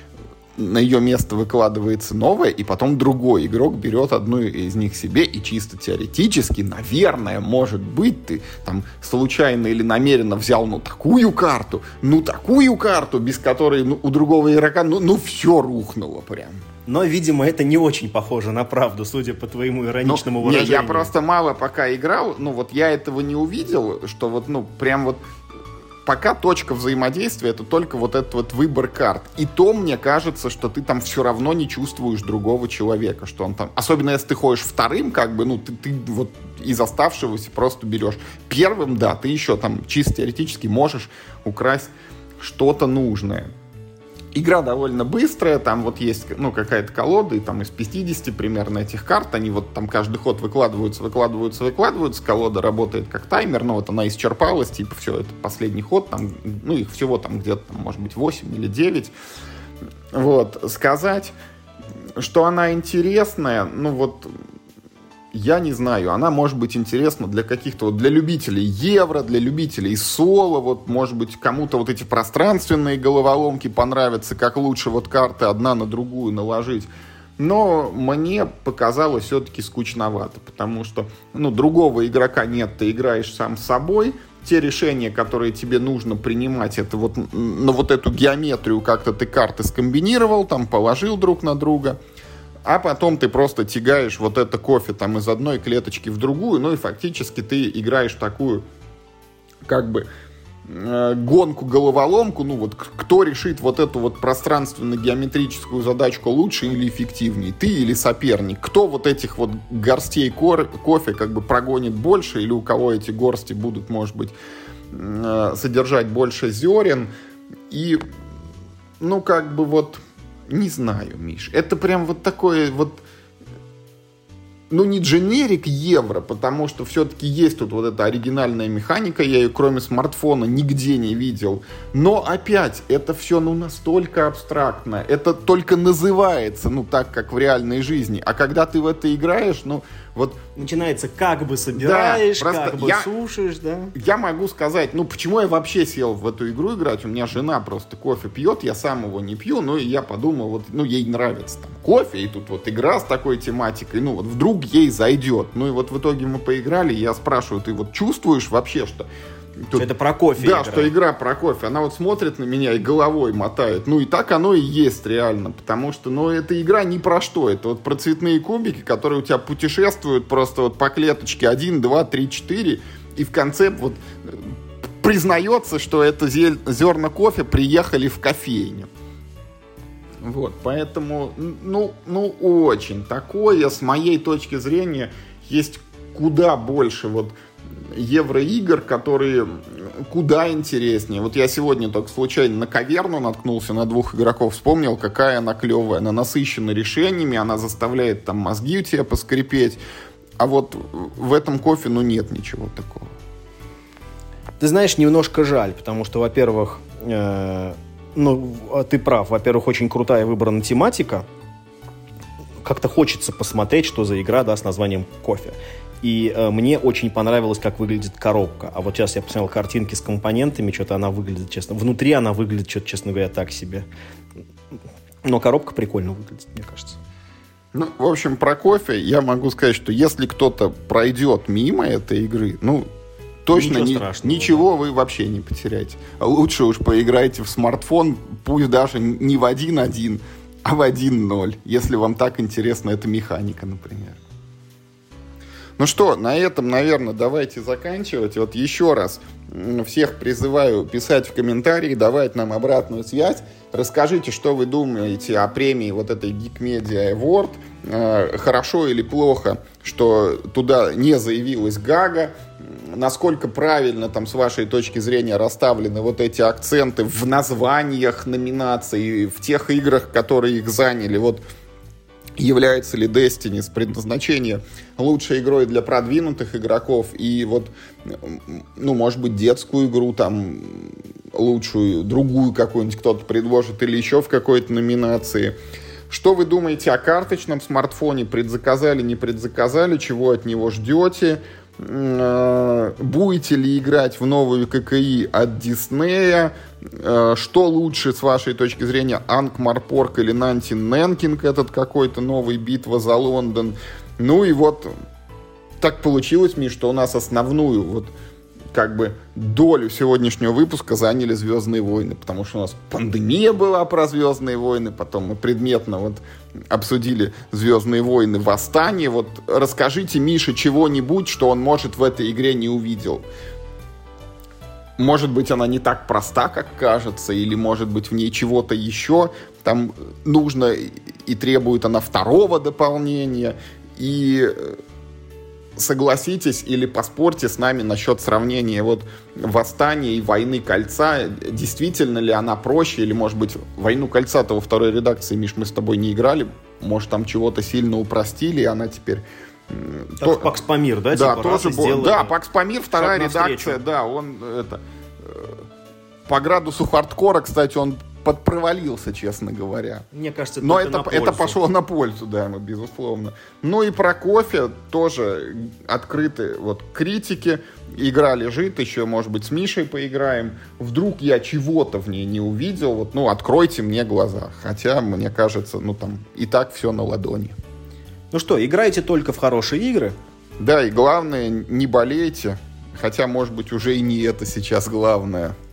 на ее место выкладывается новая, и потом другой игрок берет одну из них себе, и чисто теоретически, наверное, может быть, ты там случайно или намеренно взял ну такую карту, ну такую карту, без которой ну, у другого игрока ну, ну все рухнуло прям. Но, видимо, это не очень похоже на правду, судя по твоему ироничному ну, выражению. Не, я просто мало пока играл, ну вот я этого не увидел, что вот, ну, прям вот пока точка взаимодействия — это только вот этот вот выбор карт. И то мне кажется, что ты там все равно не чувствуешь другого человека, что он там... Особенно если ты ходишь вторым, как бы, ну, ты, ты вот из оставшегося просто берешь. Первым, да, ты еще там чисто теоретически можешь украсть что-то нужное. Игра довольно быстрая, там вот есть, ну, какая-то колода, и там из пятидесяти примерно этих карт, они вот там каждый ход выкладываются, выкладываются, выкладываются, колода работает как таймер, но вот она исчерпалась, типа, все, это последний ход, там, ну, их всего там где-то, там, может быть, восемь или девять. Вот, сказать, что она интересная, ну, вот... Я не знаю, она может быть интересна для каких-то, вот для любителей евро, для любителей соло, вот может быть кому-то вот эти пространственные головоломки понравятся, как лучше вот карты одна на другую наложить. Но мне показалось все-таки скучновато, потому что, ну, другого игрока нет, ты играешь сам с собой, те решения, которые тебе нужно принимать, это вот на вот эту геометрию как-то ты карты скомбинировал, там положил друг на друга. А потом ты просто тягаешь вот это кофе там из одной клеточки в другую, ну и фактически ты играешь такую, как бы, э, гонку-головоломку, ну вот кто решит вот эту вот пространственно-геометрическую задачку лучше или эффективнее, ты или соперник, кто вот этих вот горстей кор- кофе как бы прогонит больше, или у кого эти горсти будут, может быть, э, содержать больше зерен, и, ну как бы вот... Не знаю, Миш. Это прям вот такое вот... Ну, не дженерик евро, потому что все-таки есть тут вот эта оригинальная механика. Я ее кроме смартфона нигде не видел. Но опять, это все, ну, настолько абстрактно. Это только называется, ну, так, как в реальной жизни. А когда ты в это играешь, ну, вот... Начинается, как бы собираешь, да, как бы я, сушишь, да? Я могу сказать, ну, почему я вообще сел в эту игру играть? У меня жена просто кофе пьет, я сам его не пью, ну, и я подумал, вот, ну, ей нравится там кофе, и тут вот игра с такой тематикой, ну, вот вдруг ей зайдет. Ну, и вот в итоге мы поиграли, и я спрашиваю, ты вот чувствуешь вообще, что... Тут, это про кофе. Да, игра. Что игра про кофе. Она вот смотрит на меня и головой мотает. Ну и так оно и есть реально. Потому что, ну, эта игра ни про что. Это вот про цветные кубики, которые у тебя путешествуют просто вот по клеточке один, два, три, четыре. И в конце вот признается, что это зерна кофе приехали в кофейню. Вот, поэтому, ну, ну, очень такое, с моей точки зрения, есть куда больше вот евроигр, которые куда интереснее. Вот я сегодня только случайно на Каверну наткнулся, на двух игроков, вспомнил, какая она клевая. Она насыщена решениями, она заставляет там мозги у тебя поскрипеть. А вот в этом кофе, ну, нет ничего такого. Ты знаешь, немножко жаль, потому что, во-первых, э, ну, ты прав, во-первых, очень крутая выбрана тематика. Как-то хочется посмотреть, что за игра, да, с названием «Кофе». И э, мне очень понравилось, как выглядит коробка. А вот сейчас я посмотрел картинки с компонентами, что-то она выглядит, честно. Внутри она выглядит, что-то, честно говоря, так себе. Но коробка прикольно выглядит, мне кажется. Ну, в общем, про кофе я могу сказать, что если кто-то пройдет мимо этой игры, ну, точно ничего, ни, ничего да. Вы вообще не потеряете. Лучше уж поиграйте в смартфон, пусть даже не в один один, а в один ноль, если вам так интересна эта механика, например. Ну что, на этом, наверное, давайте заканчивать. Вот еще раз всех призываю писать в комментарии, давать нам обратную связь. Расскажите, что вы думаете о премии вот этой Geek Media Award. Э, хорошо или плохо, что туда не заявилась Гага. Насколько правильно, там, с вашей точки зрения, расставлены вот эти акценты в названиях номинаций, в тех играх, которые их заняли. Вот является ли Destiny с предназначения лучшей игрой для продвинутых игроков и вот, ну, может быть, детскую игру, там, лучшую, другую какую-нибудь кто-то предложит или еще в какой-то номинации. Что вы думаете о карточном смартфоне? Предзаказали, не предзаказали? Чего от него ждете? Будете ли играть в новую ККИ от Диснея? Что лучше, с вашей точки зрения, Анкмарпорг или Нантин Нэнкинг, этот какой-то новый битва за Лондон? Ну и вот так получилось, Миш, что у нас основную вот как бы долю сегодняшнего выпуска заняли «Звездные войны», потому что у нас пандемия была про «Звездные войны», потом мы предметно вот обсудили «Звездные войны. Восстание». Вот расскажите Мише чего-нибудь, что он, может, в этой игре не увидел. Может быть, она не так проста, как кажется, или, может быть, в ней чего-то еще там нужно и требует она второго дополнения. И согласитесь или поспорьте с нами насчет сравнения вот «Восстания» и «Войны Кольца». Действительно ли она проще? Или, может быть, «Войну Кольца»-то во второй редакции, Миш, мы с тобой не играли. Может, там чего-то сильно упростили, и она теперь... То, Пакс Памир, да? Да, типа, тоже был. Да, Пакс Памир, вторая редакция, навстречу. Да, он это... По градусу хардкора, кстати, он подпровалился, честно говоря. Мне кажется, но это, это пошло на пользу, да, безусловно. Ну и про кофе тоже открыты вот критики. Игра лежит, еще, может быть, с Мишей поиграем. Вдруг я чего-то в ней не увидел, вот, ну, откройте мне глаза. Хотя, мне кажется, ну, там, и так все на ладони. Ну что, играйте только в хорошие игры. Да, и главное, не болейте. Хотя, может быть, уже и не это сейчас главное.